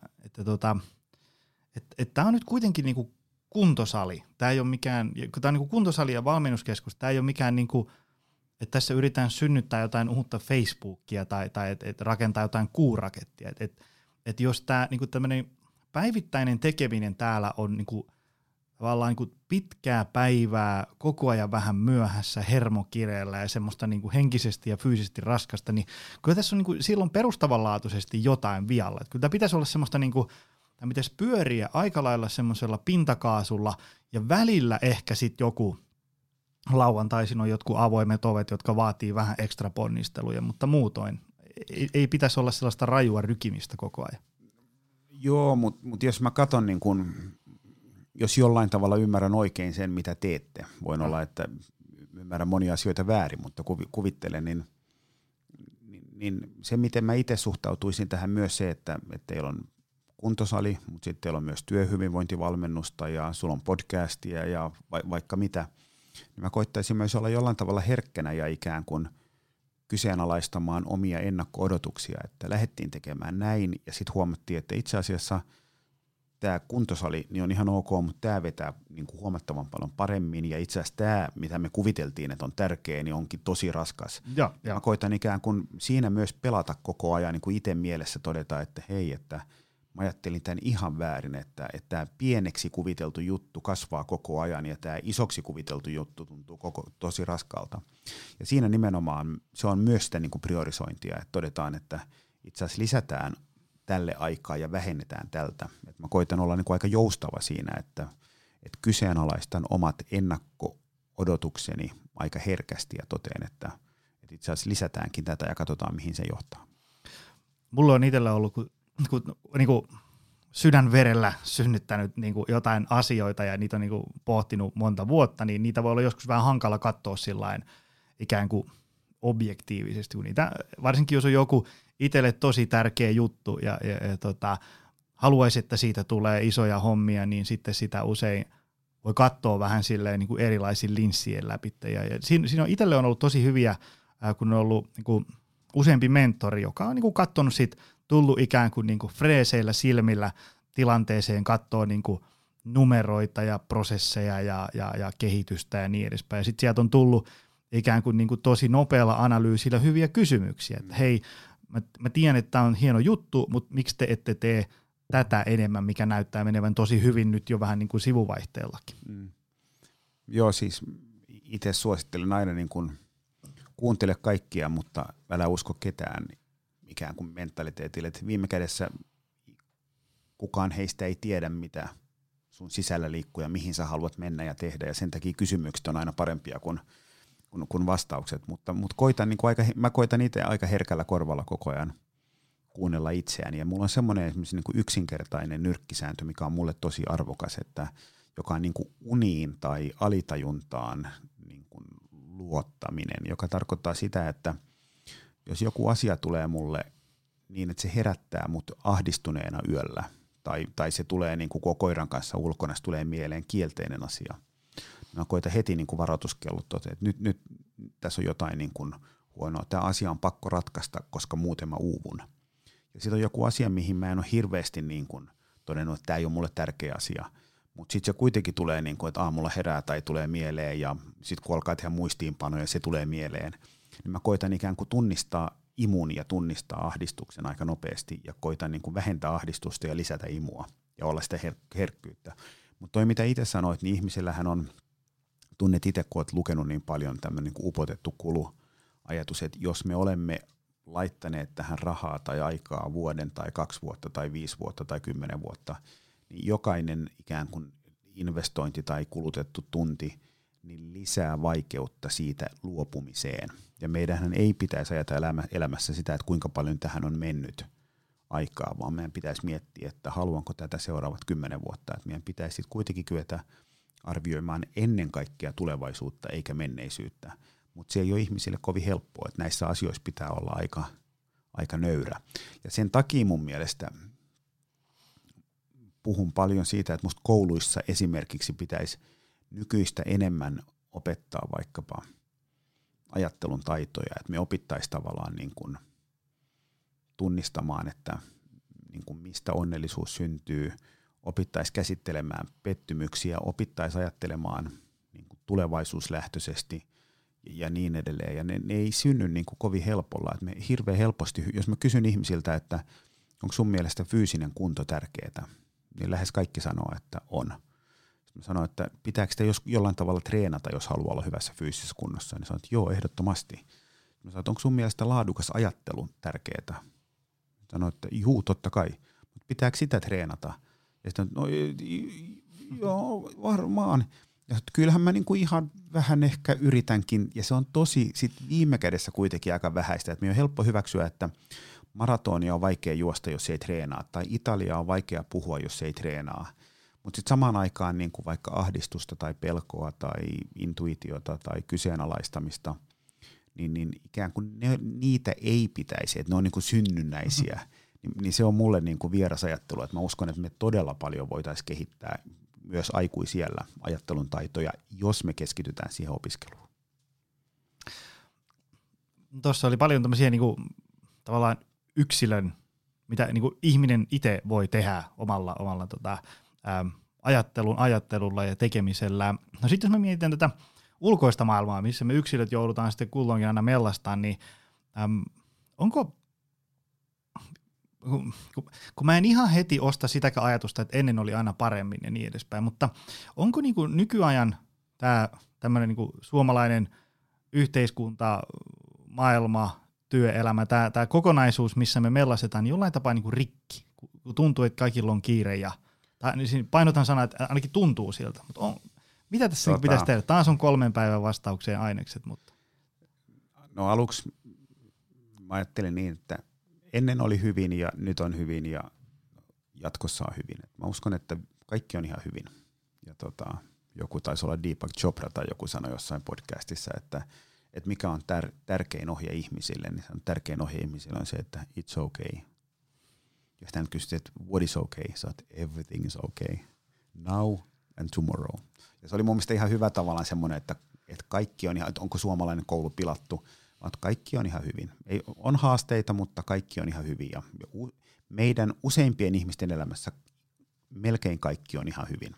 tämä on nyt kuitenkin niinku kuntosali. Tämä ei ole mikään, kun tämä on niinku kuntosali ja valmennuskeskus, tämä ei ole mikään niinku, että tässä yritetään synnyttää jotain uutta Facebookia tai et rakentaa jotain kuurakettia. Et jos tämä niinku tämmöinen päivittäinen tekeminen täällä on niinku tavallaan niinku pitkää päivää, koko ajan vähän myöhässä, hermokireellä ja semmoista niinku henkisesti ja fyysisesti raskasta, niin kyllä tässä on niinku silloin perustavanlaatuisesti jotain vialla. Et kyllä tämä pitäisi olla semmoista, niinku, tämä pitäisi pyöriä aika lailla semmoisella pintakaasulla ja välillä ehkä sitten joku lauantaisin on jotkut avoimet ovet, jotka vaatii vähän ekstra ponnisteluja, mutta muutoin ei pitäisi olla sellaista rajua rykimistä koko ajan. Joo, mutta jos mä katson, niin kun, jos jollain tavalla ymmärrän oikein sen, mitä teette, voin olla, että ymmärrän monia asioita väärin, mutta kuvittelen, niin se, miten mä itse suhtautuisin tähän myös se, että teillä on kuntosali, mutta sitten teillä on myös työhyvinvointivalmennusta ja sulla on podcastia ja vaikka mitä, niin mä koittaisin myös olla jollain tavalla herkkänä ja ikään kuin kyseenalaistamaan omia ennakko-odotuksia, että lähdettiin tekemään näin ja sitten huomattiin, että itse asiassa tämä kuntosali niin on ihan ok, mutta tämä vetää niin kuin huomattavan paljon paremmin ja itse asiassa tämä, mitä me kuviteltiin, että on tärkeä, niin onkin tosi raskas. Ja. Mä koitan ikään kuin siinä myös pelata koko ajan niin kuin itse mielessä todeta, että hei, että mä ajattelin tämän ihan väärin, että tämä pieneksi kuviteltu juttu kasvaa koko ajan ja tämä isoksi kuviteltu juttu tuntuu tosi raskalta. Ja siinä nimenomaan se on myös sitä niin kuin priorisointia, että todetaan, että itse asiassa lisätään tälle aikaa ja vähennetään tältä. Et mä koitan olla niin kuin aika joustava siinä, että kyseenalaistan omat ennakko-odotukseni aika herkästi ja toteen, että itse asiassa lisätäänkin tätä ja katsotaan, mihin se johtaa. Mulla on itsellä ollut niin kuin sydänverellä synnyttänyt niin kuin jotain asioita ja niitä on niin kuin pohtinut monta vuotta, niin niitä voi olla joskus vähän hankala katsoa sillain ikään kuin objektiivisesti, kun niitä, varsinkin jos on joku itselle tosi tärkeä juttu ja haluaisi, että siitä tulee isoja hommia, niin sitten sitä usein voi katsoa vähän silleen niin kuin erilaisin linssien läpi. Ja siinä on itselle on ollut tosi hyviä, kun on ollut niin kuin useampi mentori, joka on niin kuin katsonut sit, tullut ikään kuin, freeseillä silmillä tilanteeseen, katsoo niin kuin numeroita ja prosesseja ja kehitystä ja niin edespäin. Ja sitten sieltä on tullut ikään kuin, tosi nopealla analyysillä hyviä kysymyksiä, että hei, mä tiedän, että tämä on hieno juttu, mutta miksi te ette tee tätä enemmän, mikä näyttää menevän tosi hyvin nyt jo vähän niin kuin sivuvaihteellakin. Joo, siis itse suosittelen aina niin kuin kuuntele kaikkia, mutta älä usko ketään ikään kuin mentaliteetille. Että viime kädessä kukaan heistä ei tiedä, mitä sun sisällä liikkuu ja mihin sä haluat mennä ja tehdä, ja sen takia kysymykset on aina parempia kuin vastaukset, mutta mä koitan itse aika herkällä korvalla koko ajan kuunnella itseäni, ja mulla on semmoinen esimerkiksi niin kuin yksinkertainen nyrkkisääntö, mikä on mulle tosi arvokas, että joka on niin kuin uniin tai alitajuntaan niin kuin luottaminen, joka tarkoittaa sitä, että jos joku asia tulee mulle niin, että se herättää mut ahdistuneena yöllä, tai se tulee niin kuin koiran kanssa ulkona, se tulee mieleen kielteinen asia, mä koitan heti niin kuin varoituskellot toteen, että nyt tässä on jotain niin kuin huonoa, tämä asia on pakko ratkaista, koska muuten mä uuvun. Ja sitten on joku asia, mihin mä en ole hirveästi niin kuin todennut, että tämä ei ole mulle tärkeä asia, mutta sitten se kuitenkin tulee, niin kuin, että aamulla herää tai tulee mieleen, ja sitten kun alkaa tehdä muistiinpanoja, se tulee mieleen, niin mä koitan ikään kuin tunnistaa imun ja tunnistaa ahdistuksen aika nopeasti, ja koitan niin kuin vähentää ahdistusta ja lisätä imua, ja olla sitä herkkyyttä. Mutta toi mitä itse sanoit, niin ihmisellähän on, tunnet itse, kun olet lukenut niin paljon, tämmöinen niin kuin upotettu kuluajatus, että jos me olemme laittaneet tähän rahaa tai aikaa vuoden tai 2 vuotta tai 5 vuotta tai 10 vuotta, niin jokainen ikään kuin investointi tai kulutettu tunti niin lisää vaikeutta siitä luopumiseen. Ja meidänhän ei pitäisi ajatella elämässä sitä, että kuinka paljon tähän on mennyt aikaa, vaan meidän pitäisi miettiä, että haluanko tätä seuraavat 10 vuotta. Että meidän pitäisi sitten kuitenkin kyetä arvioimaan ennen kaikkea tulevaisuutta eikä menneisyyttä. Mutta se ei ole ihmisille kovin helppoa, että näissä asioissa pitää olla aika nöyrä. Ja sen takia mun mielestä puhun paljon siitä, että musta kouluissa esimerkiksi pitäisi nykyistä enemmän opettaa vaikkapa ajattelun taitoja, että me opittaisiin tavallaan niin kuin tunnistamaan, että niin kuin mistä onnellisuus syntyy, opittaisiin käsittelemään pettymyksiä, opittaisiin ajattelemaan niin kuin tulevaisuuslähtöisesti ja niin edelleen. Ja ne ei synny niin kuin kovin helpolla. Että me hirveän helposti, jos mä kysyn ihmisiltä, että onko sun mielestä fyysinen kunto tärkeää, niin lähes kaikki sanoo, että on. Sitten mä sanon, että pitääkö sitä jollain tavalla treenata, jos haluaa olla hyvässä fyysisessä kunnossa, niin sanon, että joo, ehdottomasti. Sitten mä sanon, että onko sun mielestä laadukas ajattelu tärkeää? Sanoin, että juu, totta kai, mutta pitääkö sitä treenata? Ja sitten, no joo, varmaan. Ja kyllähän mä niinku ihan vähän ehkä yritänkin, ja se on tosi sit viime kädessä kuitenkin aika vähäistä, että me on helppo hyväksyä, että maratonia on vaikea juosta, jos ei treenaa, tai Italia on vaikea puhua, jos ei treenaa. Mutta sitten samaan aikaan niin kuin vaikka ahdistusta tai pelkoa tai intuitiota tai kyseenalaistamista, niin ikään kuin niitä ei pitäisi, että ne on niin kuin synnynnäisiä, niin se on mulle niin kuin vieras ajattelu, että mä uskon, että me todella paljon voitaisiin kehittää myös aikuisiellä ajattelun taitoja, jos me keskitytään siihen opiskeluun. Tuossa oli paljon tämmöisiä niin kuin, tavallaan yksilön, mitä niin kuin ihminen itse voi tehdä omalla ajattelulla ja tekemisellä. No sitten jos me mietitään tätä ulkoista maailmaa, missä me yksilöt joudutaan sitten kulloinkin aina mellastaan, niin onko, kun mä en ihan heti osta sitäkään ajatusta, että ennen oli aina paremmin ja niin edespäin, mutta onko niin kuin nykyajan tämä tämmöinen niin kuin suomalainen yhteiskunta, maailma, työelämä, tämä kokonaisuus, missä me mellasetaan, niin jollain tapaa niin kuin rikki, kun tuntuu, että kaikilla on kiire niin painotan sanaa, että ainakin tuntuu siltä, mutta mitä tässä pitäisi tehdä? Taas on 3 päivän vastaukseen ainekset. Mutta. No aluksi mä ajattelin niin, että ennen oli hyvin ja nyt on hyvin ja jatkossa on hyvin. Mä uskon, että kaikki on ihan hyvin. Ja joku taisi olla Deepak Chopra tai joku sanoi jossain podcastissa, että mikä on tärkein ohje ihmisille, niin se on tärkein ohje ihmisille on se, että it's okay. Ja sitten hän kysyi, että what is okay? Sä oot everything is okay. Now and tomorrow. Ja se oli mun mielestä ihan hyvä tavallaan semmoinen, että kaikki on ihan, että onko suomalainen koulu pilattu, vaan kaikki on ihan hyvin. On haasteita, mutta kaikki on ihan hyvin. Ja meidän useimpien ihmisten elämässä melkein kaikki on ihan hyvin.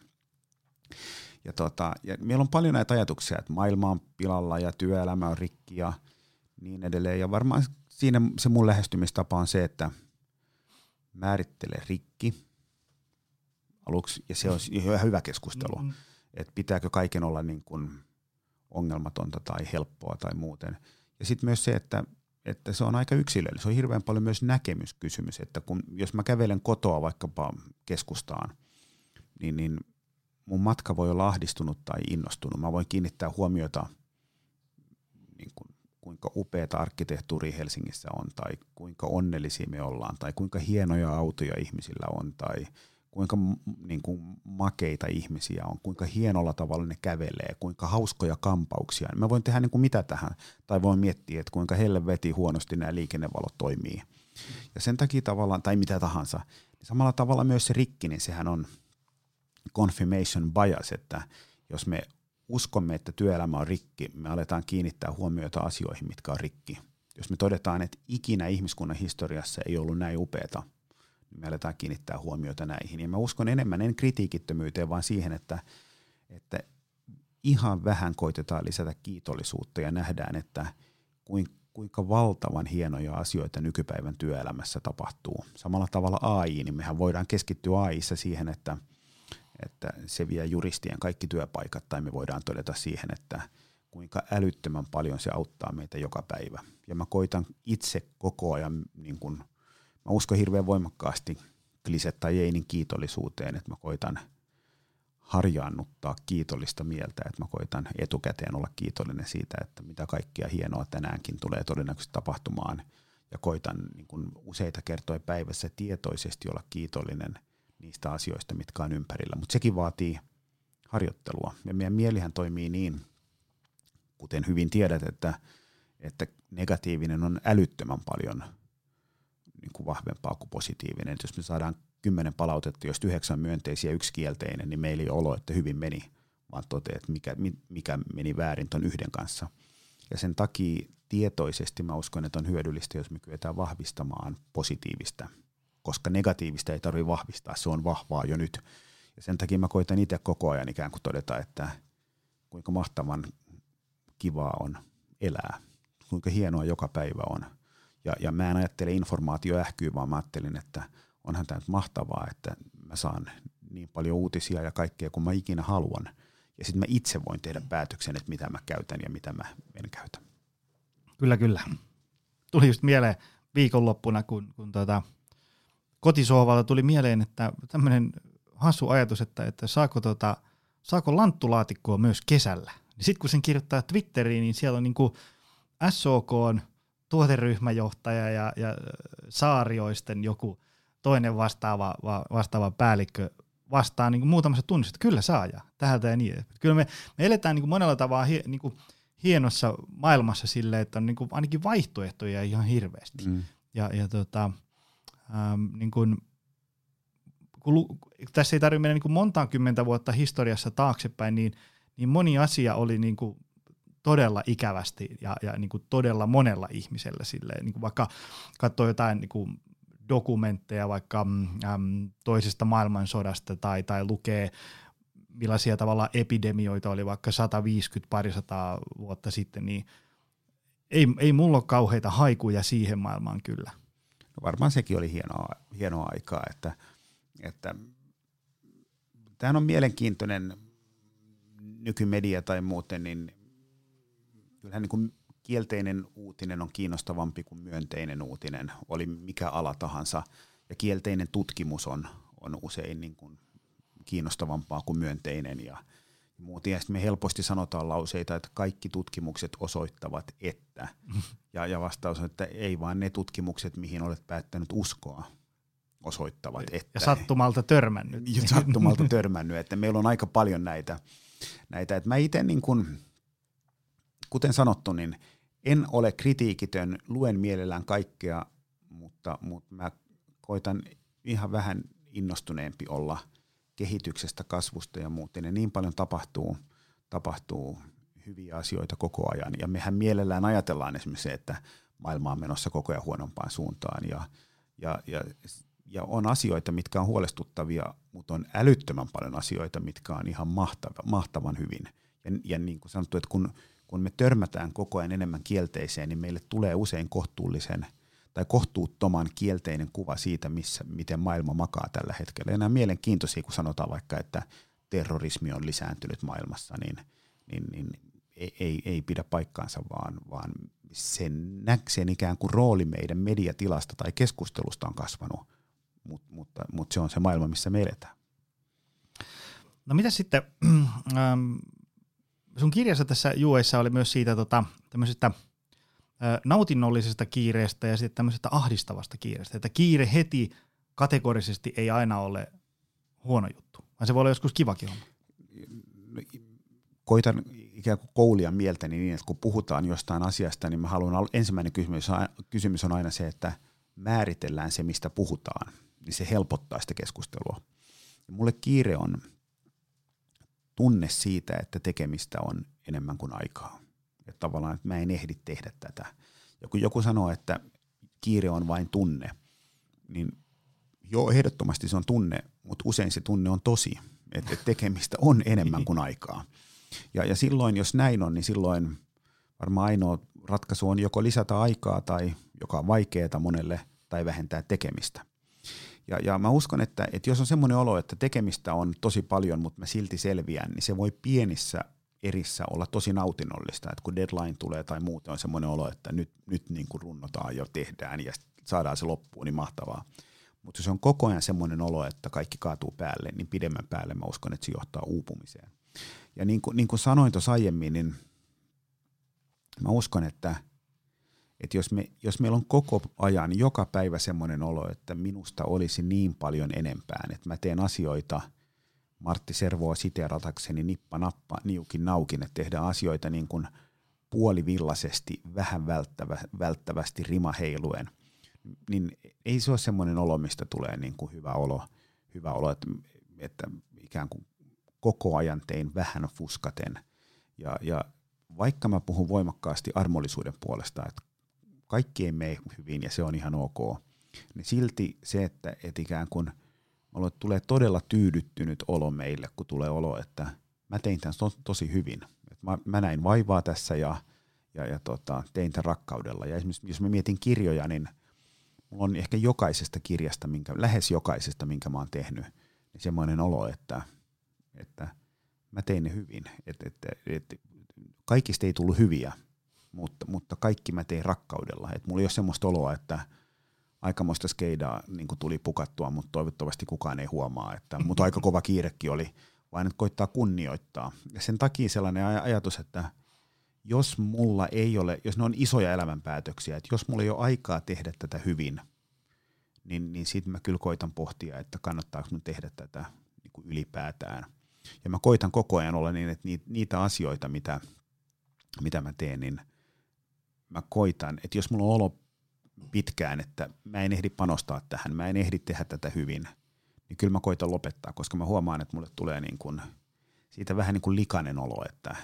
Ja meillä on paljon näitä ajatuksia, että maailma on pilalla ja työelämä on rikki ja niin edelleen. Ja varmaan siinä se mun lähestymistapa on se, että määrittele rikki aluksi, ja se on ihan hyvä keskustelu, että pitääkö kaiken olla niin kuin ongelmatonta tai helppoa tai muuten. Ja sitten myös se, että se on aika yksilöllinen. Se on hirveän paljon myös näkemyskysymys, että jos mä kävelen kotoa vaikkapa keskustaan, niin mun matka voi olla ahdistunut tai innostunut. Mä voin kiinnittää huomiota, niin kuinka upeata arkkitehtuuria Helsingissä on, tai kuinka onnellisia me ollaan, tai kuinka hienoja autoja ihmisillä on, tai kuinka niin kuin makeita ihmisiä on, kuinka hienolla tavalla ne kävelee, kuinka hauskoja kampauksia. Mä voin tehdä niin kuin mitä tähän, tai voin miettiä, että kuinka helvetin huonosti nämä liikennevalot toimii. Ja sen takia tavallaan, tai mitä tahansa, niin samalla tavalla myös se rikki, niin sehän on confirmation bias, että jos me uskomme, että työelämä on rikki, me aletaan kiinnittää huomiota asioihin, mitkä on rikki. Jos me todetaan, että ikinä ihmiskunnan historiassa ei ollut näin upeata, niin me aletaan kiinnittää huomiota näihin. Ja mä uskon enemmän, en kritiikittömyyteen, vaan siihen, että ihan vähän koitetaan lisätä kiitollisuutta ja nähdään, että kuinka valtavan hienoja asioita nykypäivän työelämässä tapahtuu. Samalla tavalla AI, niin mehän voidaan keskittyä AI:ssa siihen, että se vie juristien kaikki työpaikat, tai me voidaan todeta siihen, että kuinka älyttömän paljon se auttaa meitä joka päivä. Ja mä koitan itse koko ajan, niin kun, mä uskon hirveän voimakkaasti kliset tai ei niin kiitollisuuteen, että mä koitan harjaannuttaa kiitollista mieltä, että mä koitan etukäteen olla kiitollinen siitä, että mitä kaikkea hienoa tänäänkin tulee todennäköisesti tapahtumaan, ja koitan niin kun useita kertoja päivässä tietoisesti olla kiitollinen niistä asioista, mitkä on ympärillä. Mutta sekin vaatii harjoittelua. Ja meidän mielihän toimii niin, kuten hyvin tiedät, että negatiivinen on älyttömän paljon niin kuin vahvempaa kuin positiivinen. Et jos me saadaan 10 palautetta, jos 9 myönteisiä ja 1 kielteinen, niin meillä ei ole olo, että hyvin meni, vaan toteaa, että mikä meni väärin ton yhden kanssa. Ja sen takia tietoisesti mä uskon, että on hyödyllistä, jos me kyetään vahvistamaan positiivista, koska negatiivista ei tarvitse vahvistaa, se on vahvaa jo nyt. Ja sen takia mä koitan itse koko ajan ikään kuin todeta, että kuinka mahtavan kivaa on elää, kuinka hienoa joka päivä on. Ja mä en ajattele informaatioähkyä, vaan mä ajattelin, että onhan tämä nyt mahtavaa, että mä saan niin paljon uutisia ja kaikkea kuin mä ikinä haluan. Ja sitten mä itse voin tehdä päätöksen, että mitä mä käytän ja mitä mä en käytä. Kyllä. Tuli just mieleen viikonloppuna, kun kotisohvalla tuli mieleen, että tämmöinen hassu ajatus, että saako lanttulaatikkoa myös kesällä. Sitten kun sen kirjoittaa Twitteriin, niin siellä on niinku SOK:n tuoteryhmäjohtaja ja Saarioisten joku toinen vastaava päällikkö vastaa niin muutamassa tunnissa, että kyllä saa ja täältä ja niin. Kyllä me eletään niin monella tavalla hienossa maailmassa silleen, että on niin ainakin vaihtoehtoja ihan hirveästi. Niin kun tässä ei tarvitse mennä niin montaa kymmentä vuotta historiassa taaksepäin, niin moni asia oli niin kuin todella ikävästi ja niin kuin todella monella ihmisellä silleen, niin kuin vaikka katsoo jotain niin kuin dokumentteja vaikka toisesta maailmansodasta tai lukee millaisia tavalla epidemioita oli vaikka 150-200 vuotta sitten, niin ei mulla ole kauheita haikuja siihen maailmaan kyllä. No varmaan sekin oli hienoa aikaa, että tämähän on mielenkiintoinen nykymedia tai muuten, niin kyllähän niin kuin kielteinen uutinen on kiinnostavampi kuin myönteinen uutinen, oli mikä ala tahansa, ja kielteinen tutkimus on usein niin kuin kiinnostavampaa kuin myönteinen ja muuta. Ja sitten me helposti sanotaan lauseita, että kaikki tutkimukset osoittavat, että, ja vastaus on, että ei vaan ne tutkimukset, mihin olet päättänyt uskoa, osoittavat, että. Ja sattumalta törmännyt. Sattumalta törmännyt, että meillä on aika paljon näitä että mä itse niin kuin, kuten sanottu, niin en ole kritiikitön, luen mielellään kaikkea, mutta mä koitan ihan vähän innostuneempi olla kehityksestä, kasvusta ja muuten. Ja niin paljon tapahtuu hyviä asioita koko ajan. Ja mehän mielellään ajatellaan esimerkiksi se, että maailma on menossa koko ajan huonompaan suuntaan. Ja on asioita, mitkä on huolestuttavia, mutta on älyttömän paljon asioita, mitkä on ihan mahtavan hyvin. Ja niin kuin sanottu, että kun me törmätään koko ajan enemmän kielteiseen, niin meille tulee usein kohtuuttoman kielteinen kuva siitä, miten maailma makaa tällä hetkellä. Ja nämä mielenkiintoisia, kun sanotaan vaikka, että terrorismi on lisääntynyt maailmassa, niin ei pidä paikkaansa, vaan sen ikään kuin rooli meidän mediatilasta tai keskustelusta on kasvanut, mutta se on se maailma, missä me eletään. No mitä sitten, sun kirjassa tässä Juessa oli myös siitä tämmöisestä nautinnollisesta kiireestä ja sitten tämmöisestä ahdistavasta kiireestä, että kiire heti kategorisesti ei aina ole huono juttu, vaan se voi olla joskus kivakin homma. Koitan ikään kuin koulia mieltäni niin, että kun puhutaan jostain asiasta, niin mä haluan, ensimmäinen kysymys on aina se, että määritellään se, mistä puhutaan, niin se helpottaa sitä keskustelua. Ja mulle kiire on tunne siitä, että tekemistä on enemmän kuin aikaa. Että tavallaan, että mä en ehdi tehdä tätä. Ja kun joku sanoo, että kiire on vain tunne, niin joo, ehdottomasti se on tunne, mutta usein se tunne on tosi, että tekemistä on enemmän kuin aikaa. Ja silloin, jos näin on, niin silloin varmaan ainoa ratkaisu on joko lisätä aikaa, tai joka on vaikeaa monelle, tai vähentää tekemistä. Ja mä uskon, että jos on semmoinen olo, että tekemistä on tosi paljon, mutta mä silti selviän, niin se voi pienissä erissä olla tosi nautinnollista, että kun deadline tulee tai muuten on semmoinen olo, että nyt niin kuin runnotaan ja tehdään ja saadaan se loppuun, niin mahtavaa. Mutta jos on koko ajan semmoinen olo, että kaikki kaatuu päälle, niin pidemmän päälle mä uskon, että se johtaa uupumiseen. Ja niin kuin sanoin tuossa aiemmin, niin mä uskon, että jos meillä on koko ajan joka päivä semmoinen olo, että minusta olisi niin paljon enempään, että mä teen asioita Martti Servoa siteeratakseni nippa nappa niukin naukin, että tehdään asioita niin kuin puolivillaisesti, vähän välttävästi rima heiluen, niin ei se ole semmoinen olo, mistä tulee niin kuin hyvä olo, että ikään kuin koko ajan tein vähän fuskaten. Ja vaikka mä puhun voimakkaasti armollisuuden puolesta, että kaikki ei mene hyvin ja se on ihan ok, niin silti se, että ikään kuin tulee todella tyydyttynyt olo meille, kun tulee olo, että mä tein tämän tosi hyvin. Mä näin vaivaa tässä ja tein tämän rakkaudella. Ja esimerkiksi jos mä mietin kirjoja, niin mulla on ehkä jokaisesta kirjasta, lähes jokaisesta, minkä mä oon tehnyt, niin semmoinen olo, että mä tein ne hyvin. Että kaikista ei tullut hyviä, mutta kaikki mä tein rakkaudella. Et mulla ei ole semmoista oloa, että aikamoista skeidaa niin tuli pukattua, mutta toivottavasti kukaan ei huomaa. Mutta aika kova kiirekin oli, vaan että koittaa kunnioittaa. Ja sen takia sellainen ajatus, että jos mulla ei ole, jos ne on isoja elämänpäätöksiä, että jos mulla ei ole aikaa tehdä tätä hyvin, niin sitten mä kyllä koitan pohtia, että kannattaako mun tehdä tätä niin kuin ylipäätään. Ja mä koitan koko ajan olla niin, että niitä asioita, mitä mä teen, niin mä koitan, että jos mulla on olo pitkään, että mä en ehdi panostaa tähän, mä en ehdi tehdä tätä hyvin, niin kyllä mä koitan lopettaa, koska mä huomaan, että mulle tulee niin kuin, siitä vähän niin kuin likainen olo, että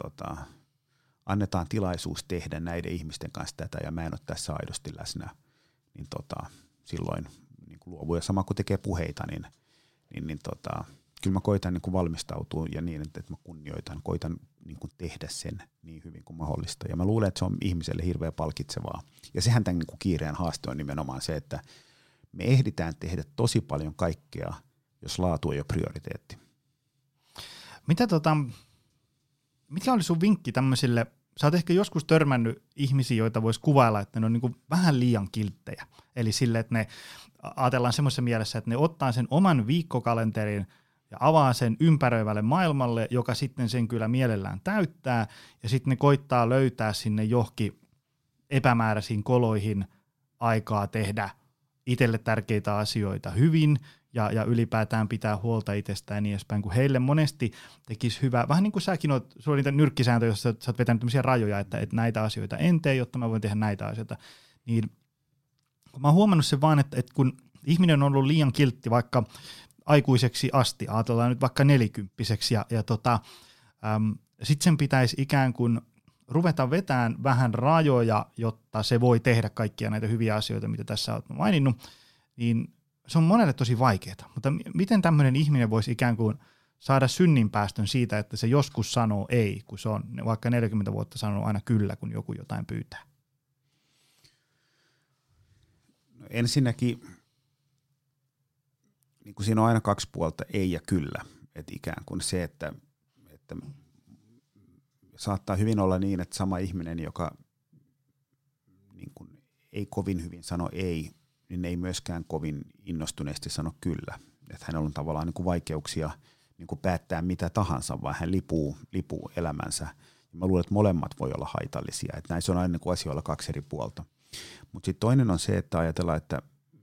annetaan tilaisuus tehdä näiden ihmisten kanssa tätä ja mä en ole tässä aidosti läsnä, niin silloin niin kuin luovuu. Ja sama kuin tekee puheita, niin kyllä mä koitan niin kuin valmistautua ja niin, että mä koitan niin kuin tehdä sen niin hyvin kuin mahdollista. Ja mä luulen, että se on ihmiselle hirveän palkitsevaa. Ja sehän tämän niin kuin kiireen haaste on nimenomaan se, että me ehditään tehdä tosi paljon kaikkea, jos laatu ei ole prioriteetti. Mikä oli sun vinkki tämmöisille sä oot ehkä joskus törmännyt ihmisiä, joita voisi kuvailla, että ne on niin kuin vähän liian kilttejä. Eli sille, että ne ajatellaan semmoisessa mielessä, että ne ottaa sen oman viikkokalenterin ja avaa sen ympäröivälle maailmalle, joka sitten sen kyllä mielellään täyttää, ja sitten ne koittaa löytää sinne johonkin epämääräisiin koloihin aikaa tehdä itselle tärkeitä asioita hyvin, ja ylipäätään pitää huolta itsestään ja niin edespäin, kun heille monesti tekisi hyvää, vähän niin kuin säkin oot, sulla on niitä nyrkkisääntöjä, joissa sä oot vetänyt tämmöisiä rajoja, että näitä asioita en tee, jotta mä voin tehdä näitä asioita, niin kun mä oon huomannut sen vaan, että kun ihminen on ollut liian kiltti vaikka aikuiseksi asti, ajatellaan nyt vaikka 40-vuotiaaksi, ja sitten sen pitäisi ikään kuin ruveta vetämään vähän rajoja, jotta se voi tehdä kaikkia näitä hyviä asioita, mitä tässä olet maininnut, niin se on monelle tosi vaikeaa. Mutta miten tämmöinen ihminen voisi ikään kuin saada synninpäästön siitä, että se joskus sanoo ei, kun se on vaikka 40 vuotta sanonut aina kyllä, kun joku jotain pyytää? No ensinnäkin niin kuin siinä on aina kaksi puolta, ei ja kyllä. Et ikään kuin se, että saattaa hyvin olla niin, että sama ihminen, joka niin kuin ei kovin hyvin sano ei, niin ei myöskään kovin innostuneesti sano kyllä. Että hänellä on tavallaan niin kuin vaikeuksia niin kuin päättää mitä tahansa, vaan hän lipuu elämänsä. Ja mä luulen, että molemmat voi olla haitallisia. Että näissä on aina niin kuin asioilla kaksi eri puolta. Mutta sitten toinen on se, että ajatellaan, että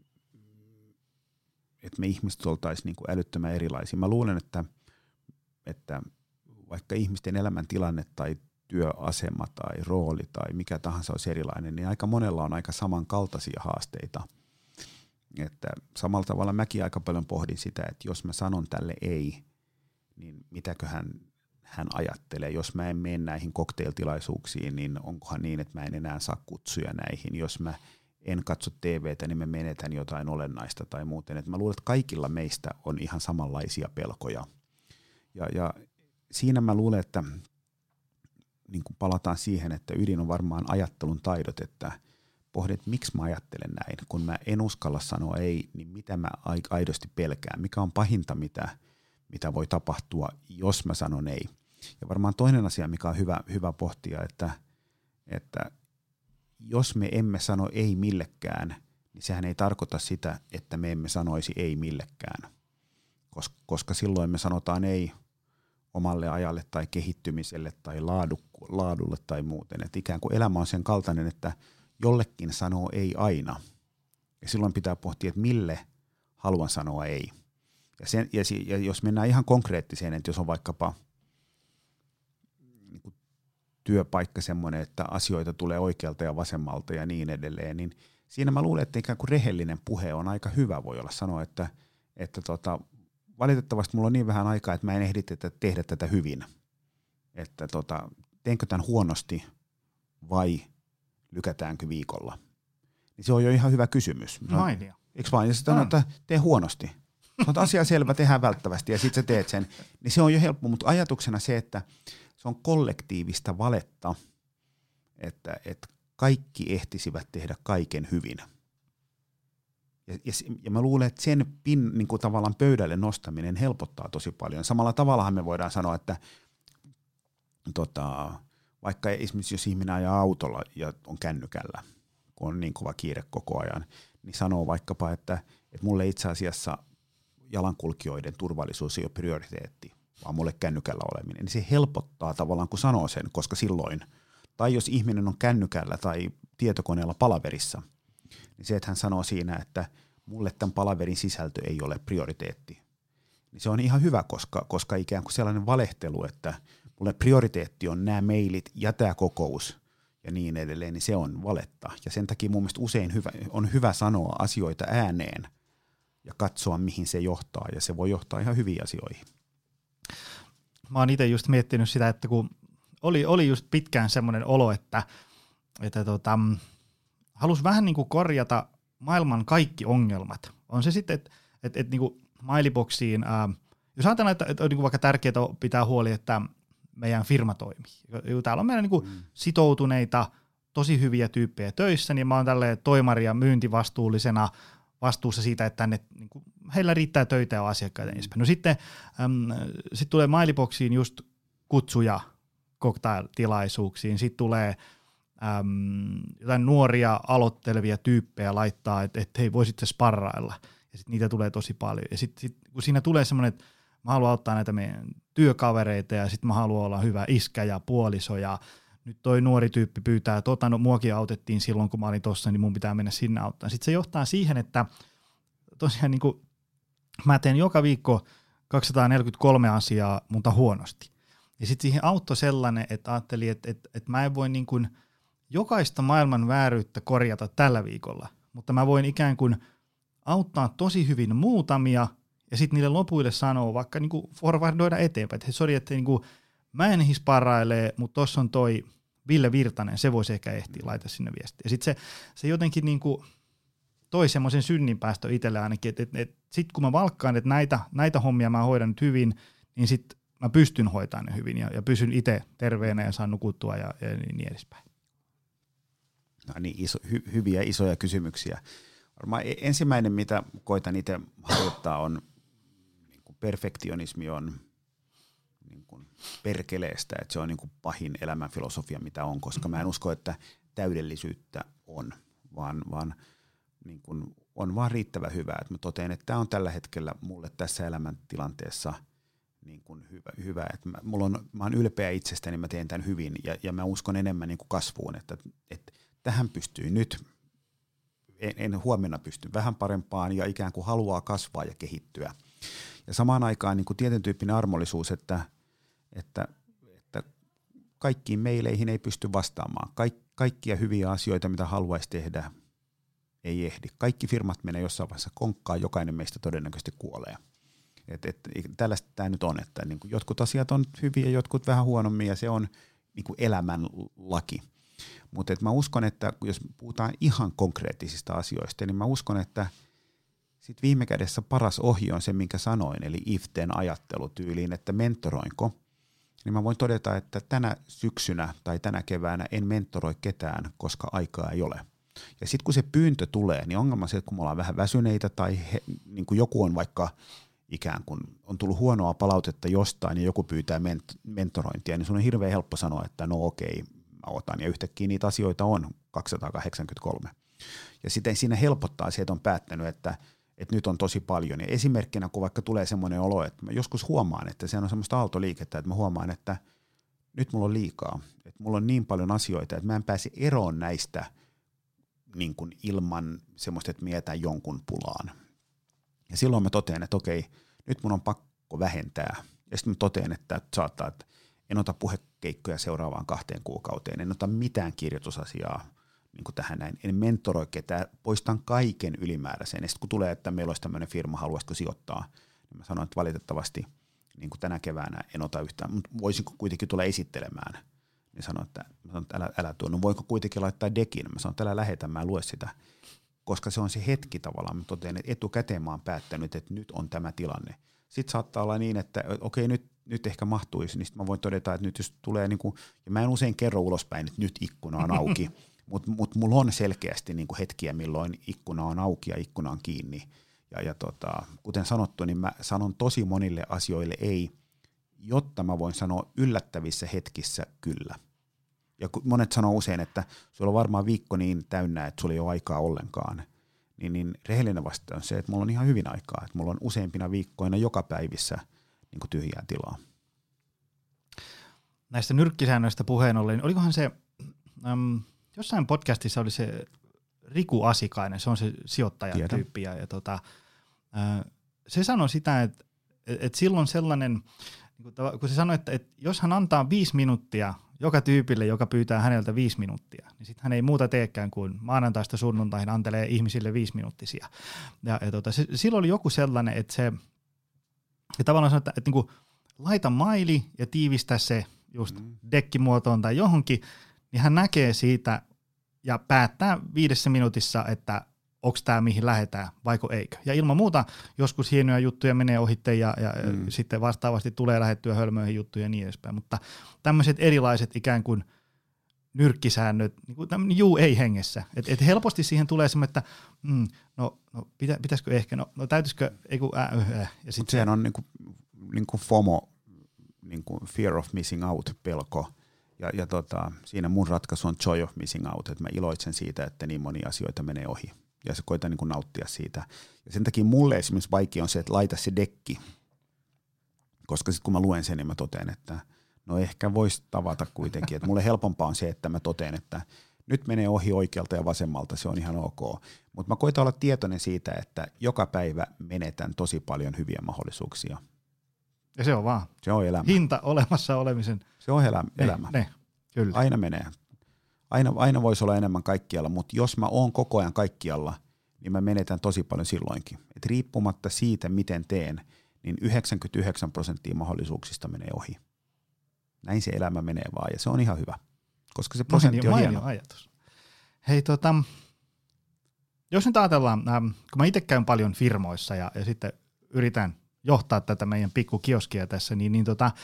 me ihmiset oltaisiin niin kuin älyttömän erilaisia. Mä luulen, että vaikka ihmisten elämäntilanne tai työasema tai rooli tai mikä tahansa olisi erilainen, niin aika monella on aika samankaltaisia haasteita. Että samalla tavalla mäkin aika paljon pohdin sitä, että jos mä sanon tälle ei, niin mitäkö hän ajattelee. Jos mä en mene näihin cocktailtilaisuuksiin, niin onkohan niin, että mä en enää saa kutsuja näihin. Jos mä en katso TVtä, niin mä menetän jotain olennaista tai muuten. Et mä luulen, että kaikilla meistä on ihan samanlaisia pelkoja. Ja siinä mä luulen, että niin kun palataan siihen, että ydin on varmaan ajattelun taidot, että pohdin, että miksi mä ajattelen näin. Kun mä en uskalla sanoa ei, niin mitä mä aidosti pelkään? Mikä on pahinta, mitä voi tapahtua, jos mä sanon ei? Ja varmaan toinen asia, mikä on hyvä pohtia, että jos me emme sano ei millekään, niin sehän ei tarkoita sitä, että me emme sanoisi ei millekään. Koska silloin me sanotaan ei omalle ajalle tai kehittymiselle tai laadulle tai muuten. Et ikään kuin elämä on sen kaltainen, että jollekin sanoo ei aina. Ja silloin pitää pohtia, että mille haluan sanoa ei. Ja jos mennään ihan konkreettiseen, että jos on vaikkapa niin kuin työpaikka semmoinen, että asioita tulee oikealta ja vasemmalta ja niin edelleen, niin siinä mä luulen, että ikään kuin rehellinen puhe on aika hyvä, voi olla sanoa, että valitettavasti mulla on niin vähän aikaa, että mä en ehdi tehdä tätä hyvin. Että teenkö tämän huonosti vai lykätäänkö viikolla? Niin se on jo ihan hyvä kysymys. Mainio. Eikö vaan? Ja sitten on, että tee huonosti. Mutta asia selvä, tehdään välttävästi ja sitten sä teet sen. Niin se on jo helppo, mutta ajatuksena se, että se on kollektiivista valetta, että kaikki ehtisivät tehdä kaiken hyvin. Ja mä luulen, että sen niin kuin tavallaan pöydälle nostaminen helpottaa tosi paljon. Samalla tavallahan me voidaan sanoa, että vaikka esimerkiksi jos ihminen ajaa autolla ja on kännykällä, kun on niin kova kiire koko ajan, niin sanoo vaikkapa, että mulle itse asiassa jalankulkijoiden turvallisuus ei ole prioriteetti, vaan mulle kännykällä oleminen. Niin se helpottaa tavallaan, kun sanoo sen, koska silloin, tai jos ihminen on kännykällä tai tietokoneella palaverissa, niin se, että hän sanoo siinä, että mulle tämän palaverin sisältö ei ole prioriteetti, niin se on ihan hyvä, koska ikään kuin sellainen valehtelu, että mulle prioriteetti on nämä mailit ja tämä kokous ja niin edelleen, niin se on valetta. Ja sen takia mun mielestä usein on hyvä sanoa asioita ääneen ja katsoa, mihin se johtaa, ja se voi johtaa ihan hyviin asioihin. Mä oon itse just miettinyt sitä, että kun oli just pitkään semmoinen olo, että halusi vähän niin kuin korjata maailman kaikki ongelmat. On se sitten, että niin kuin Mailiboxiin, jos ajatellaan, että on niin kuin vaikka tärkeää pitää huoli, että meidän firma toimii. Täällä on meillä niin kuin sitoutuneita, tosi hyviä tyyppejä töissä, niin mä oon tälleen toimari- ja myyntivastuullisena vastuussa siitä, että tänne niin kuin, heillä riittää töitä ja asiakkaita. No sitten tulee Mailiboxiin just kutsuja cocktail-tilaisuuksiin, sitten tulee jotain nuoria aloittelevia tyyppejä laittaa, että hei, voisit sä sparrailla, ja sitten niitä tulee tosi paljon, ja sitten kun siinä tulee semmoinen, että mä haluan auttaa näitä meidän työkavereita, ja sitten mä haluan olla hyvä iskä ja puoliso, ja nyt toi nuori tyyppi pyytää, no muakin autettiin silloin, kun mä olin tossa, niin mun pitää mennä sinne auttaa. Sitten se johtaa siihen, että tosiaan niin kuin mä teen joka viikko 243 asiaa, mutta huonosti. Ja sitten siihen auttoi sellainen, että ajattelin, että mä en voi niin kuin jokaista maailman vääryyttä korjata tällä viikolla, mutta mä voin ikään kuin auttaa tosi hyvin muutamia, ja sitten niille lopuille sanoo, vaikka niin kuin forwardoida eteenpäin, että sori, että niin kuin mä en hisparailee, mutta tossa on toi Ville Virtanen, se voisi ehkä ehtiä laita sinne viestiä. Ja sitten se jotenkin niin kuin toi semmoisen synninpäästön itselle ainakin, että sitten kun mä valkkaan, että näitä hommia mä hoidan nyt hyvin, niin sitten mä pystyn hoitamaan ne hyvin ja pysyn itse terveenä ja saan nukuttua ja niin edespäin. No niin, hyviä isoja kysymyksiä. Varmaan ensimmäinen, mitä koitan itse harjoittaa, on niin kuin perfektionismi on niin kuin perkeleestä, että se on niin kuin pahin elämänfilosofia, mitä on, koska mä en usko, että täydellisyyttä on, vaan niin kuin on vaan riittävän hyvä. Että mä totean, että tämä on tällä hetkellä mulle tässä elämäntilanteessa niin kuin hyvä. Että mä oon ylpeä itsestäni, mä teen tämän hyvin ja mä uskon enemmän niin kuin kasvuun, että tähän pystyy nyt. En huomenna pysty vähän parempaan ja ikään kuin haluaa kasvaa ja kehittyä. Ja samaan aikaan niin kuin tietyn tyyppinen armollisuus, että kaikkiin meileihin ei pysty vastaamaan. Kaikkia hyviä asioita, mitä haluaisi tehdä, ei ehdi. Kaikki firmat menee jossain vaiheessa konkkaan, jokainen meistä todennäköisesti kuolee. Tällaista tämä nyt on, että niin kuin jotkut asiat on hyviä, jotkut vähän huonommin ja se on niin kuin elämän laki. Mutta mä uskon, että jos puhutaan ihan konkreettisista asioista, niin mä uskon, että sit viime kädessä paras ohje on se, minkä sanoin, eli if-then ajattelutyyliin, että mentoroinko, niin mä voin todeta, että tänä syksynä tai tänä keväänä en mentoroi ketään, koska aikaa ei ole. Ja sitten kun se pyyntö tulee, niin ongelma on se, että kun me ollaan vähän väsyneitä tai niin kuin joku on vaikka ikään kuin on tullut huonoa palautetta jostain ja joku pyytää mentorointia, niin sun on hirveän helppo sanoa, että no okei, mä otan. Ja yhtäkkiä niitä asioita on 283. Ja sitten siinä helpottaa se, että on päättänyt, että nyt on tosi paljon. Ja esimerkkinä, kun vaikka tulee semmoinen olo, että mä joskus huomaan, että se on semmoista aaltoliikettä, että mä huomaan, että nyt mulla on liikaa. Että mulla on niin paljon asioita, että mä en pääse eroon näistä niin kuin ilman semmoista, että mietän jonkun pulaan. Ja silloin mä totean, että okei, nyt mun on pakko vähentää. Ja sitten mä totean, että saattaa, että en ota puhekeikkoja seuraavaan 2 kuukauteen, en ota mitään kirjoitusasiaa niin kuin tähän näin. En mentoroi ketään, poistan kaiken ylimääräisen. Ja sitten kun tulee, että meillä olisi tämmöinen firma, haluaisiko sijoittaa, niin mä sanon, että valitettavasti niin kuin tänä keväänä en ota yhtään, mutta voisinko kuitenkin tulla esittelemään. Niin sanon, että älä tuo. No voinko kuitenkin laittaa dekin? Mä sanon, että älä lähetä, mä en lue sitä. Koska se on se hetki tavallaan. Mä totean, että etukäteen mä oon päättänyt, että nyt on tämä tilanne. Sitten saattaa olla niin, että okei, nyt ehkä mahtuisi, niin sitten mä voin todeta, että nyt jos tulee, niin kuin, ja mä en usein kerro ulospäin, että nyt ikkuna on auki, mutta mulla on selkeästi niin kuin hetkiä, milloin ikkuna on auki ja ikkuna on kiinni. Ja kuten sanottu, niin mä sanon tosi monille asioille ei, jotta mä voin sanoa yllättävissä hetkissä kyllä. Ja monet sanoo usein, että sulla on varmaan viikko niin täynnä, että sulla ei ole aikaa ollenkaan. Niin rehellinen vastaus on se, että mulla on ihan hyvin aikaa. Että mulla on useimpina viikkoina joka päivissä niin kuin tyhjää tilaa. Näistä nyrkkisäännöistä puheen ollen, olikohan se, jossain podcastissa oli se Riku Asikainen, se on se sijoittajatyyppi. Ja se sanoi sitä, että silloin sellainen, kun se sanoi, että jos hän antaa 5 minuuttia joka tyypille, joka pyytää häneltä 5 minuuttia, niin sitten hän ei muuta teekään kuin maanantaista sunnuntaihin antelee ihmisille 5-minuuttisia. Silloin oli joku sellainen, että se tavallaan sanoi, että niinku, laita maili ja tiivistä se just dekkimuotoon tai johonkin, niin hän näkee siitä ja päättää 5 minuutissa, että onko tämä mihin lähdetään vaiko eikö. Ja ilman muuta joskus hienoja juttuja menee ohitte ja sitten vastaavasti tulee lähdettyä hölmöihin juttuja ja niin edespäin. Mutta tämmöiset erilaiset ikään kuin nyrkkisäännöt, niin juu ei hengessä. Et helposti siihen tulee semmoinen, että pitäisikö ehkä, no täytyisikö, ei kun Mutta sehän on niinku FOMO, niinku fear of missing out, pelko. Ja siinä mun ratkaisu on joy of missing out, että mä iloitsen siitä, että niin monia asioita menee ohi. Ja se koitan niin kuin nauttia siitä. Ja sen takia mulle esimerkiksi vaikea on se, että laita se dekki. Koska sitten kun mä luen sen, niin mä totean, että no ehkä voisi tavata kuitenkin. Että mulle helpompaa on se, että mä totean, että nyt menee ohi oikealta ja vasemmalta, se on ihan ok. Mutta mä koitan olla tietoinen siitä, että joka päivä menetän tosi paljon hyviä mahdollisuuksia. Ja se on vaan. Se on elämä. Hinta olemassa olemisen. Se on elämä. Kyllä. Aina menee. Aina voisi olla enemmän kaikkialla, mutta jos mä oon koko ajan kaikkialla, niin mä menetän tosi paljon silloinkin. Et riippumatta siitä, miten teen, niin 99% mahdollisuuksista menee ohi. Näin se elämä menee vaan, ja se on ihan hyvä, koska se prosentti on hieno. Ajatus. Hei, jos nyt ajatellaan, kun mä itse käyn paljon firmoissa ja sitten yritän johtaa tätä meidän pikkukioskia tässä, niin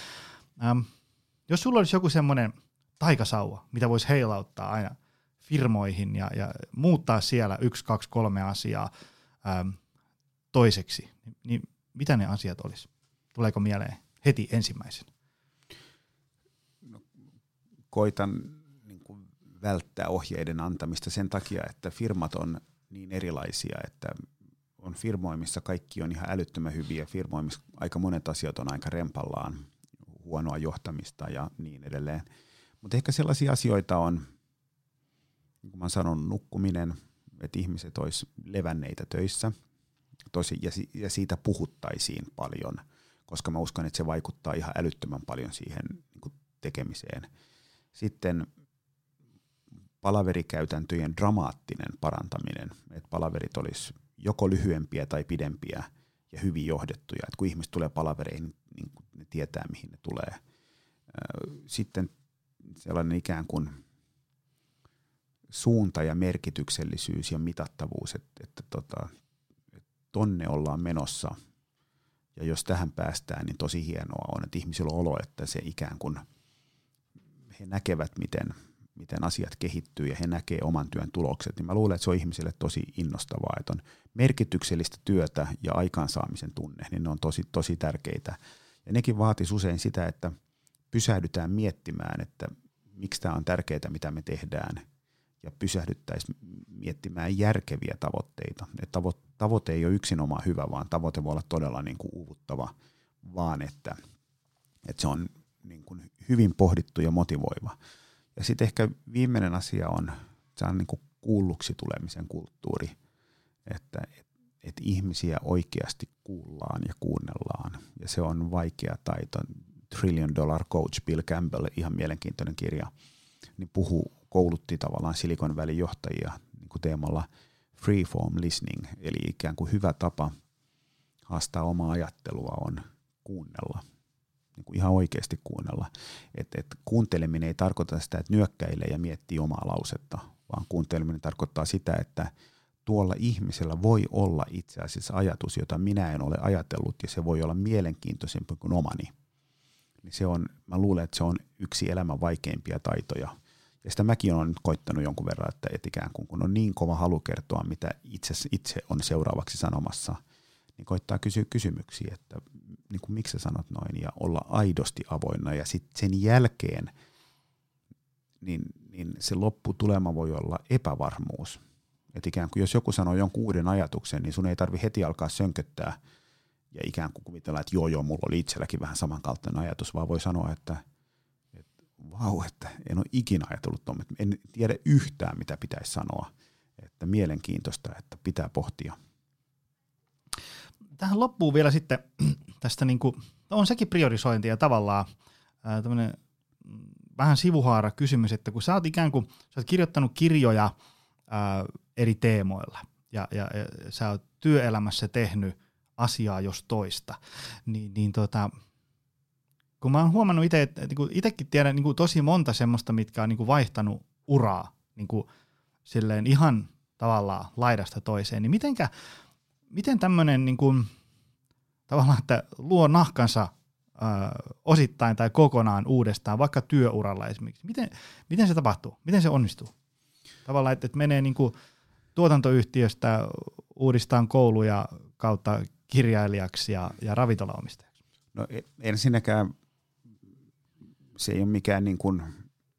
jos sulla olisi joku semmoinen taikasauva, mitä voisi heilauttaa aina firmoihin ja muuttaa siellä 1, 2, 3 asiaa toiseksi, niin mitä ne asiat olisi? Tuleeko mieleen heti ensimmäisen? No, koitan niin kuin välttää ohjeiden antamista sen takia, että firmat on niin erilaisia, että on firmoja, missä kaikki on ihan älyttömän hyviä, firmoja, missä aika monet asiat on aika rempallaan, huonoa johtamista ja niin edelleen. Mutta ehkä sellaisia asioita on, niin kuin mä sanon, nukkuminen, että ihmiset olisi levänneitä töissä ja siitä puhuttaisiin paljon, koska mä uskon, että se vaikuttaa ihan älyttömän paljon siihen niin kuin tekemiseen. Sitten palaverikäytäntöjen dramaattinen parantaminen, että palaverit olisi joko lyhyempiä tai pidempiä ja hyvin johdettuja, että kun ihmiset tulee palavereihin, niin ne tietää, mihin ne tulee. Sitten sellainen ikään kuin suunta ja merkityksellisyys ja mitattavuus, että tonne ollaan menossa, ja jos tähän päästään, niin tosi hienoa on, että ihmisillä on olo, että se ikään kuin he näkevät, miten asiat kehittyy ja he näkee oman työn tulokset, niin mä luulen, että se on ihmisille tosi innostavaa, että on merkityksellistä työtä ja aikaansaamisen tunne, niin ne on tosi tärkeitä. Ja nekin vaatisi usein sitä, että pysähdytään miettimään, että miksi tämä on tärkeää, mitä me tehdään, ja pysähdyttäisiin miettimään järkeviä tavoitteita. Tavoite ei ole yksinomaan hyvä, vaan tavoite voi olla todella niin kuin uuvuttava, vaan että se on niin kuin hyvin pohdittu ja motivoiva. Ja sitten ehkä viimeinen asia on niin kuin kuulluksi tulemisen kulttuuri, että ihmisiä oikeasti kuullaan ja kuunnellaan. Ja se on vaikea taito. $1 Trillion Coach Bill Campbell, ihan mielenkiintoinen kirja, niin koulutti tavallaan Silicon Valley johtajia niin kuin teemalla freeform listening, eli ikään kuin hyvä tapa haastaa omaa ajattelua on kuunnella. Niin kuin ihan oikeasti kuunnella. Et kuunteleminen ei tarkoita sitä, että nyökkäilee ja miettii omaa lausetta, vaan kuunteleminen tarkoittaa sitä, että tuolla ihmisellä voi olla itse asiassa ajatus, jota minä en ole ajatellut, ja se voi olla mielenkiintoisempi kuin omani. Niin mä luulen, että se on yksi elämän vaikeimpia taitoja. Ja sitä mäkin olen nyt koittanut jonkun verran, että ikään kuin kun on niin kova halu kertoa, mitä itse on seuraavaksi sanomassa, niin koittaa kysyä kysymyksiä, että niin kuin, miksi sä sanot noin, ja olla aidosti avoinna, ja sitten sen jälkeen niin se lopputulema voi olla epävarmuus. Että ikään kuin jos joku sanoo jonkun uuden ajatuksen, niin sun ei tarvitse heti alkaa sönköttää ja ikään kuin kuvitella, että joo, mulla oli itselläkin vähän samankaltainen ajatus, vaan voi sanoa, että en ole ikinä ajatellut tuon, en tiedä yhtään, mitä pitäisi sanoa, että mielenkiintoista, että pitää pohtia. Tähän loppuu vielä sitten tästä, on sekin priorisointia tavallaan, tämmöinen vähän sivuhaara kysymys, että kun sä oot ikään kuin, sä oot kirjoittanut kirjoja eri teemoilla ja sä oot työelämässä tehnyt asiaa jos toista, niin kun mä oon huomannut itse, että itsekin tiedän tosi monta semmoista, mitkä on vaihtanut uraa silleen ihan tavallaan laidasta toiseen, niin miten tämmöinen tavallaan, että luo nahkansa osittain tai kokonaan uudestaan, vaikka työuralla esimerkiksi, miten se tapahtuu? Miten se onnistuu? Tavallaan, että menee tuotantoyhtiöstä uudistaan kouluja kautta kirjailijaksi ja ravintolaomistajaksi. No ensinnäkään se ei ole mikään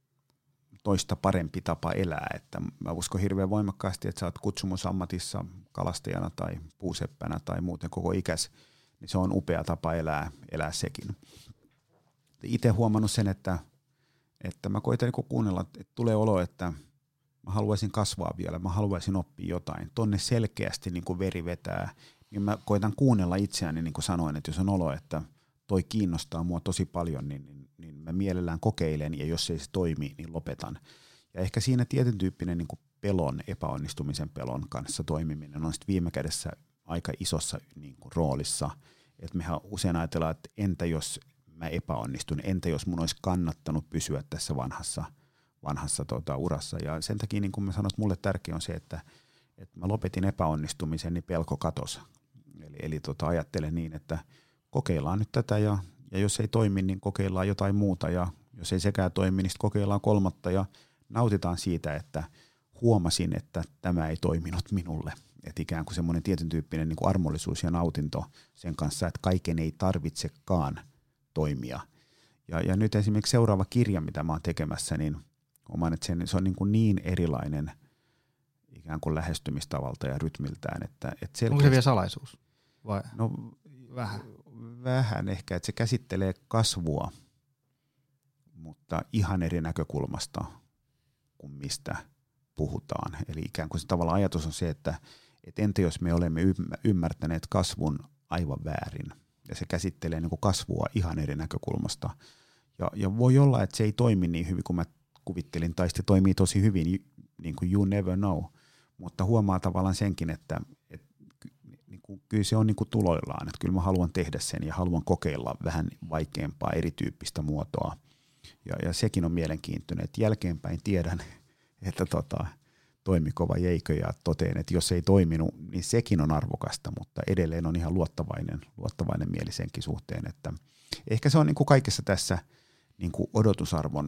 toista parempi tapa elää. Että mä uskon hirveän voimakkaasti, että sä oot kutsumusammatissa kalastajana tai puuseppänä tai muuten koko ikäs, niin se on upea tapa elää sekin. Itse huomannut sen, että mä koitan niin kuunnella, että tulee olo, että mä haluaisin kasvaa vielä, mä haluaisin oppia jotain. Tonne selkeästi niin kuin veri vetää, niin mä koitan kuunnella itseäni, niin kuin sanoin, että jos on olo, että toi kiinnostaa mua tosi paljon, niin mä mielellään kokeilen, ja jos ei se toimi, niin lopetan. Ja ehkä siinä tietyn tyyppinen niin kuin epäonnistumisen pelon kanssa toimiminen on sitten viime kädessä aika isossa niin kuin roolissa. Että mehän usein ajatellaan, että entä jos mä epäonnistun, entä jos mun olisi kannattanut pysyä tässä vanhassa urassa. Ja sen takia, niin kuin mä sanoin, että mulle tärkeä on se, että mä lopetin epäonnistumisen, niin pelko katosi. Eli ajattelen niin, että kokeillaan nyt tätä ja jos ei toimi, niin kokeillaan jotain muuta ja jos ei sekään toimi, niin kokeillaan kolmatta ja nautitaan siitä, että huomasin, että tämä ei toiminut minulle. Että ikään kuin semmoinen tietyn tyyppinen niin kuin armollisuus ja nautinto sen kanssa, että kaiken ei tarvitsekaan toimia. Ja nyt esimerkiksi seuraava kirja, mitä mä oon tekemässä, niin oman, että se on niin erilainen ikään kuin lähestymistavalta ja rytmiltään. Että onko se vielä salaisuus? Vai? No, vähän ehkä, että se käsittelee kasvua, mutta ihan eri näkökulmasta kuin mistä puhutaan. Eli ikään kuin se tavallaan ajatus on se, että entä jos me olemme ymmärtäneet kasvun aivan väärin, ja se käsittelee niin kuin kasvua ihan eri näkökulmasta. Ja voi olla, että se ei toimi niin hyvin kuin mä kuvittelin, tai se toimii tosi hyvin, niin kuin you never know, mutta huomaa tavallaan senkin, että niin kuin, kyllä se on niin kuin tuloillaan, että kyllä mä haluan tehdä sen ja haluan kokeilla vähän vaikeampaa erityyppistä muotoa. Ja sekin on mielenkiintoinen, että jälkeenpäin tiedän, että toimiko vai eikö, ja toteen, että jos ei toiminut, niin sekin on arvokasta, mutta edelleen on ihan luottavainen mieli senkin suhteen, että ehkä se on niin kuin kaikessa tässä niin kuin odotusarvon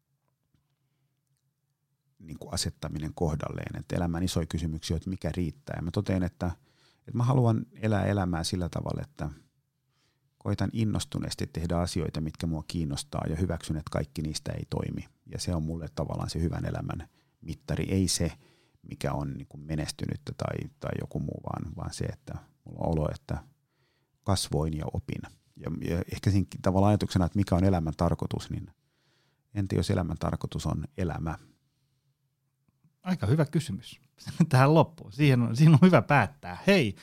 niin kuin asettaminen kohdalleen, että elämän isoja kysymyksiä, että mikä riittää, ja mä totean, että mä haluan elää elämää sillä tavalla, että koitan innostuneesti tehdä asioita, mitkä mua kiinnostaa, ja hyväksyn, että kaikki niistä ei toimi, ja se on mulle tavallaan se hyvän elämän mittari, ei se, mikä on niin kuin menestynyttä tai joku muu, vaan se, että mulla on olo, että kasvoin ja opin. Ja ehkä siinä tavallaan ajatuksena, että mikä on elämän tarkoitus, niin entä jos elämän tarkoitus on elämä? Aika hyvä kysymys tähän loppuun. Siihen on hyvä päättää. Hei,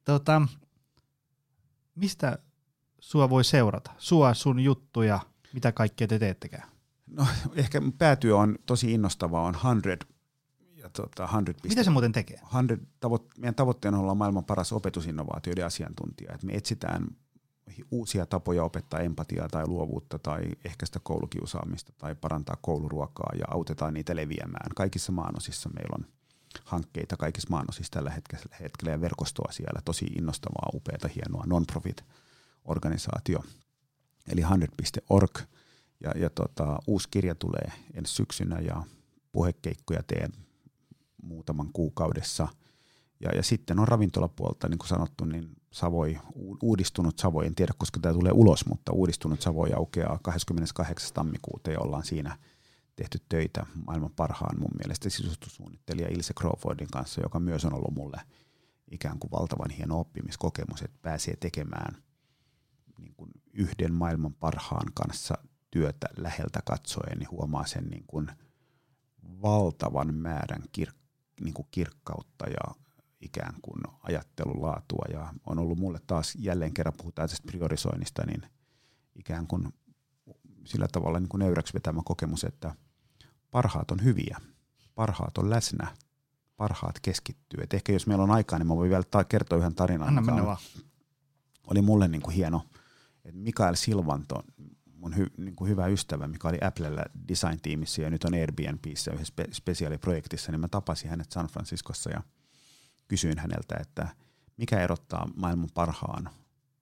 mistä sua voi seurata? Sua, sun juttuja, mitä kaikkea te teettekään? No ehkä päätyö on tosi innostavaa, on 100. Ja 100. Mitä se muuten tekee? 100 meidän tavoitteena on olla maailman paras opetusinnovaatioiden asiantuntija. Et me etsitään uusia tapoja opettaa empatiaa tai luovuutta tai ehkäistä koulukiusaamista tai parantaa kouluruokaa ja autetaan niitä leviämään. Kaikissa maanosissa meillä on hankkeita kaikissa maanosissa tällä hetkellä ja verkostoa siellä. Tosi innostavaa, upeata, hienoa non-profit-organisaatio. Eli 100.org. Ja uusi kirja tulee ensi syksynä ja puhekeikkoja teen muutaman kuukaudessa. Ja sitten on ravintolapuolta, niin kuin sanottu, niin uudistunut Savoi, en tiedä koska tämä tulee ulos, mutta uudistunut Savoi aukeaa 28. tammikuuta ja ollaan siinä tehty töitä maailman parhaan mun mielestä sisustussuunnittelija Ilse Crawfordin kanssa, joka myös on ollut mulle ikään kuin valtavan hieno oppimiskokemus, että pääsee tekemään niin kuin yhden maailman parhaan kanssa työtä läheltä katsoen, niin huomaa sen niin kuin valtavan määrän niin kuin kirkkautta ja ikään kuin ajattelulaatua. Ja on ollut mulle taas jälleen kerran, puhutaan tästä priorisoinnista, niin ikään kuin sillä tavalla niin kuin nöyräksi vetämä kokemus, että parhaat on hyviä, parhaat on läsnä, parhaat keskittyy. Et ehkä jos meillä on aikaa, niin mä voin vielä kertoa yhden tarinan. Anna mennä vaan. Oli mulle niin kuin hieno, että Mikael Silvanto, mun niin kuin hyvä ystävä, mikä oli Applella design-tiimissä ja nyt on Airbnbissä yhdessä spesiaaliprojektissa, niin mä tapasin hänet San Franciscossa ja kysyin häneltä, että mikä erottaa maailman parhaan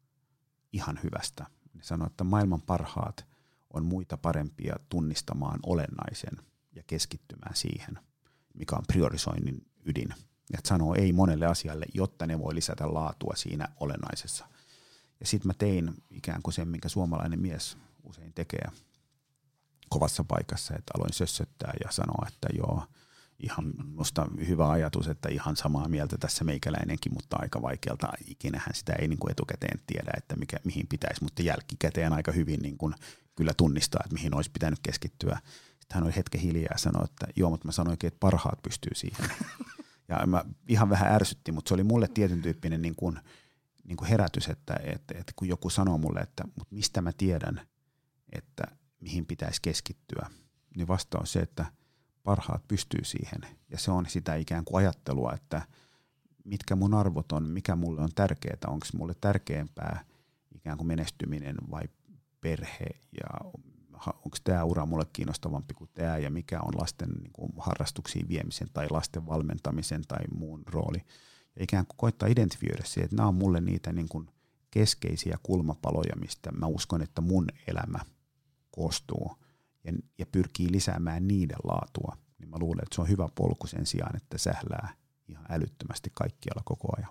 ihan hyvästä. Hän sanoi, että maailman parhaat on muita parempia tunnistamaan olennaisen ja keskittymään siihen, mikä on priorisoinnin ydin. Ja sanoo ei monelle asialle, jotta ne voi lisätä laatua siinä olennaisessa. Ja sitten mä tein ikään kuin sen, minkä suomalainen mies usein tekee. kovassa paikassa, että aloin sössöttää ja sanoa, että joo, ihan musta hyvä ajatus, että ihan samaa mieltä tässä meikäläinenkin, mutta aika vaikealta. Ikinähän sitä ei niin kuin etukäteen tiedä, että mihin pitäisi, mutta jälkikäteen aika hyvin niin kuin kyllä tunnistaa, että mihin olisi pitänyt keskittyä. Sitten hän oli hetken hiljaa ja sanoi, että joo, mutta mä sanoinkin, että parhaat pystyy siihen. Ja mä ihan vähän ärsytti, mutta se oli mulle tietyn tyyppinen niin kuin herätys, että kun joku sanoo mulle, että mutta mistä mä tiedän, että mihin pitäisi keskittyä, niin vastaus se, että parhaat pystyy siihen. Ja se on sitä ikään kuin ajattelua, että mitkä mun arvot on, mikä mulle on tärkeää, onko mulle tärkeämpää ikään kuin menestyminen vai perhe ja onko tämä ura mulle kiinnostavampi kuin tämä ja mikä on lasten niin kuin harrastuksiin viemisen tai lasten valmentamisen tai muun rooli. Ja ikään kuin koittaa identifioida se, että nämä on mulle niitä niin kuin keskeisiä kulmapaloja, mistä mä uskon, että mun elämä koostuu ja pyrkii lisäämään niiden laatua. Niin mä luulen, että se on hyvä polku sen sijaan, että sählää ihan älyttömästi kaikkialla koko ajan.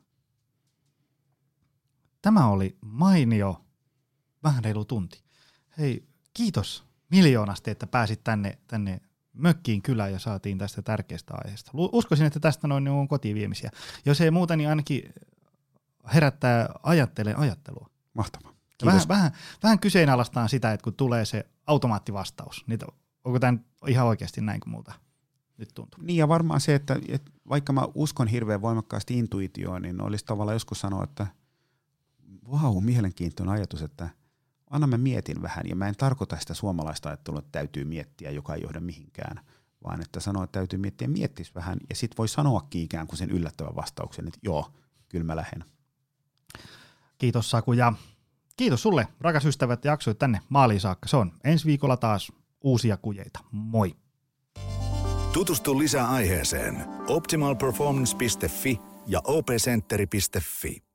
Tämä oli mainio, vähän reilu tunti. Hei, kiitos miljoonasti, että pääsit tänne mökkiin kylään ja saatiin tästä tärkeästä aiheesta. Uskoisin, että tästä noin on kotiin viemisiä. Jos ei muuta, niin ainakin herättää ajattelua. Mahtavaa. Vähän kyseenalaistaan sitä, että kun tulee se automaattivastaus, niin onko tämä ihan oikeasti näin kuin multa nyt tuntuu? Niin ja varmaan se, että vaikka mä uskon hirveän voimakkaasti intuitioon, niin olisi tavallaan joskus sanoa, että vau, mielenkiintoinen ajatus, että anna mä mietin vähän, ja mä en tarkoita sitä suomalaista ajattelua, että täytyy miettiä, joka ei johda mihinkään, vaan että sanoo, että täytyy miettiä, miettisi vähän, ja sit voi sanoakin ikään kuin sen yllättävän vastauksen, että joo, kyllä mä lähden. Kiitos Saku, ja kiitos sulle, rakas ystävä, että jaksoit tänne maaliin saakka. Se on ensi viikolla taas uusia kujeita. Moi! Tutustu lisää aiheeseen optimalperformance.fi ja opcenteri.fi.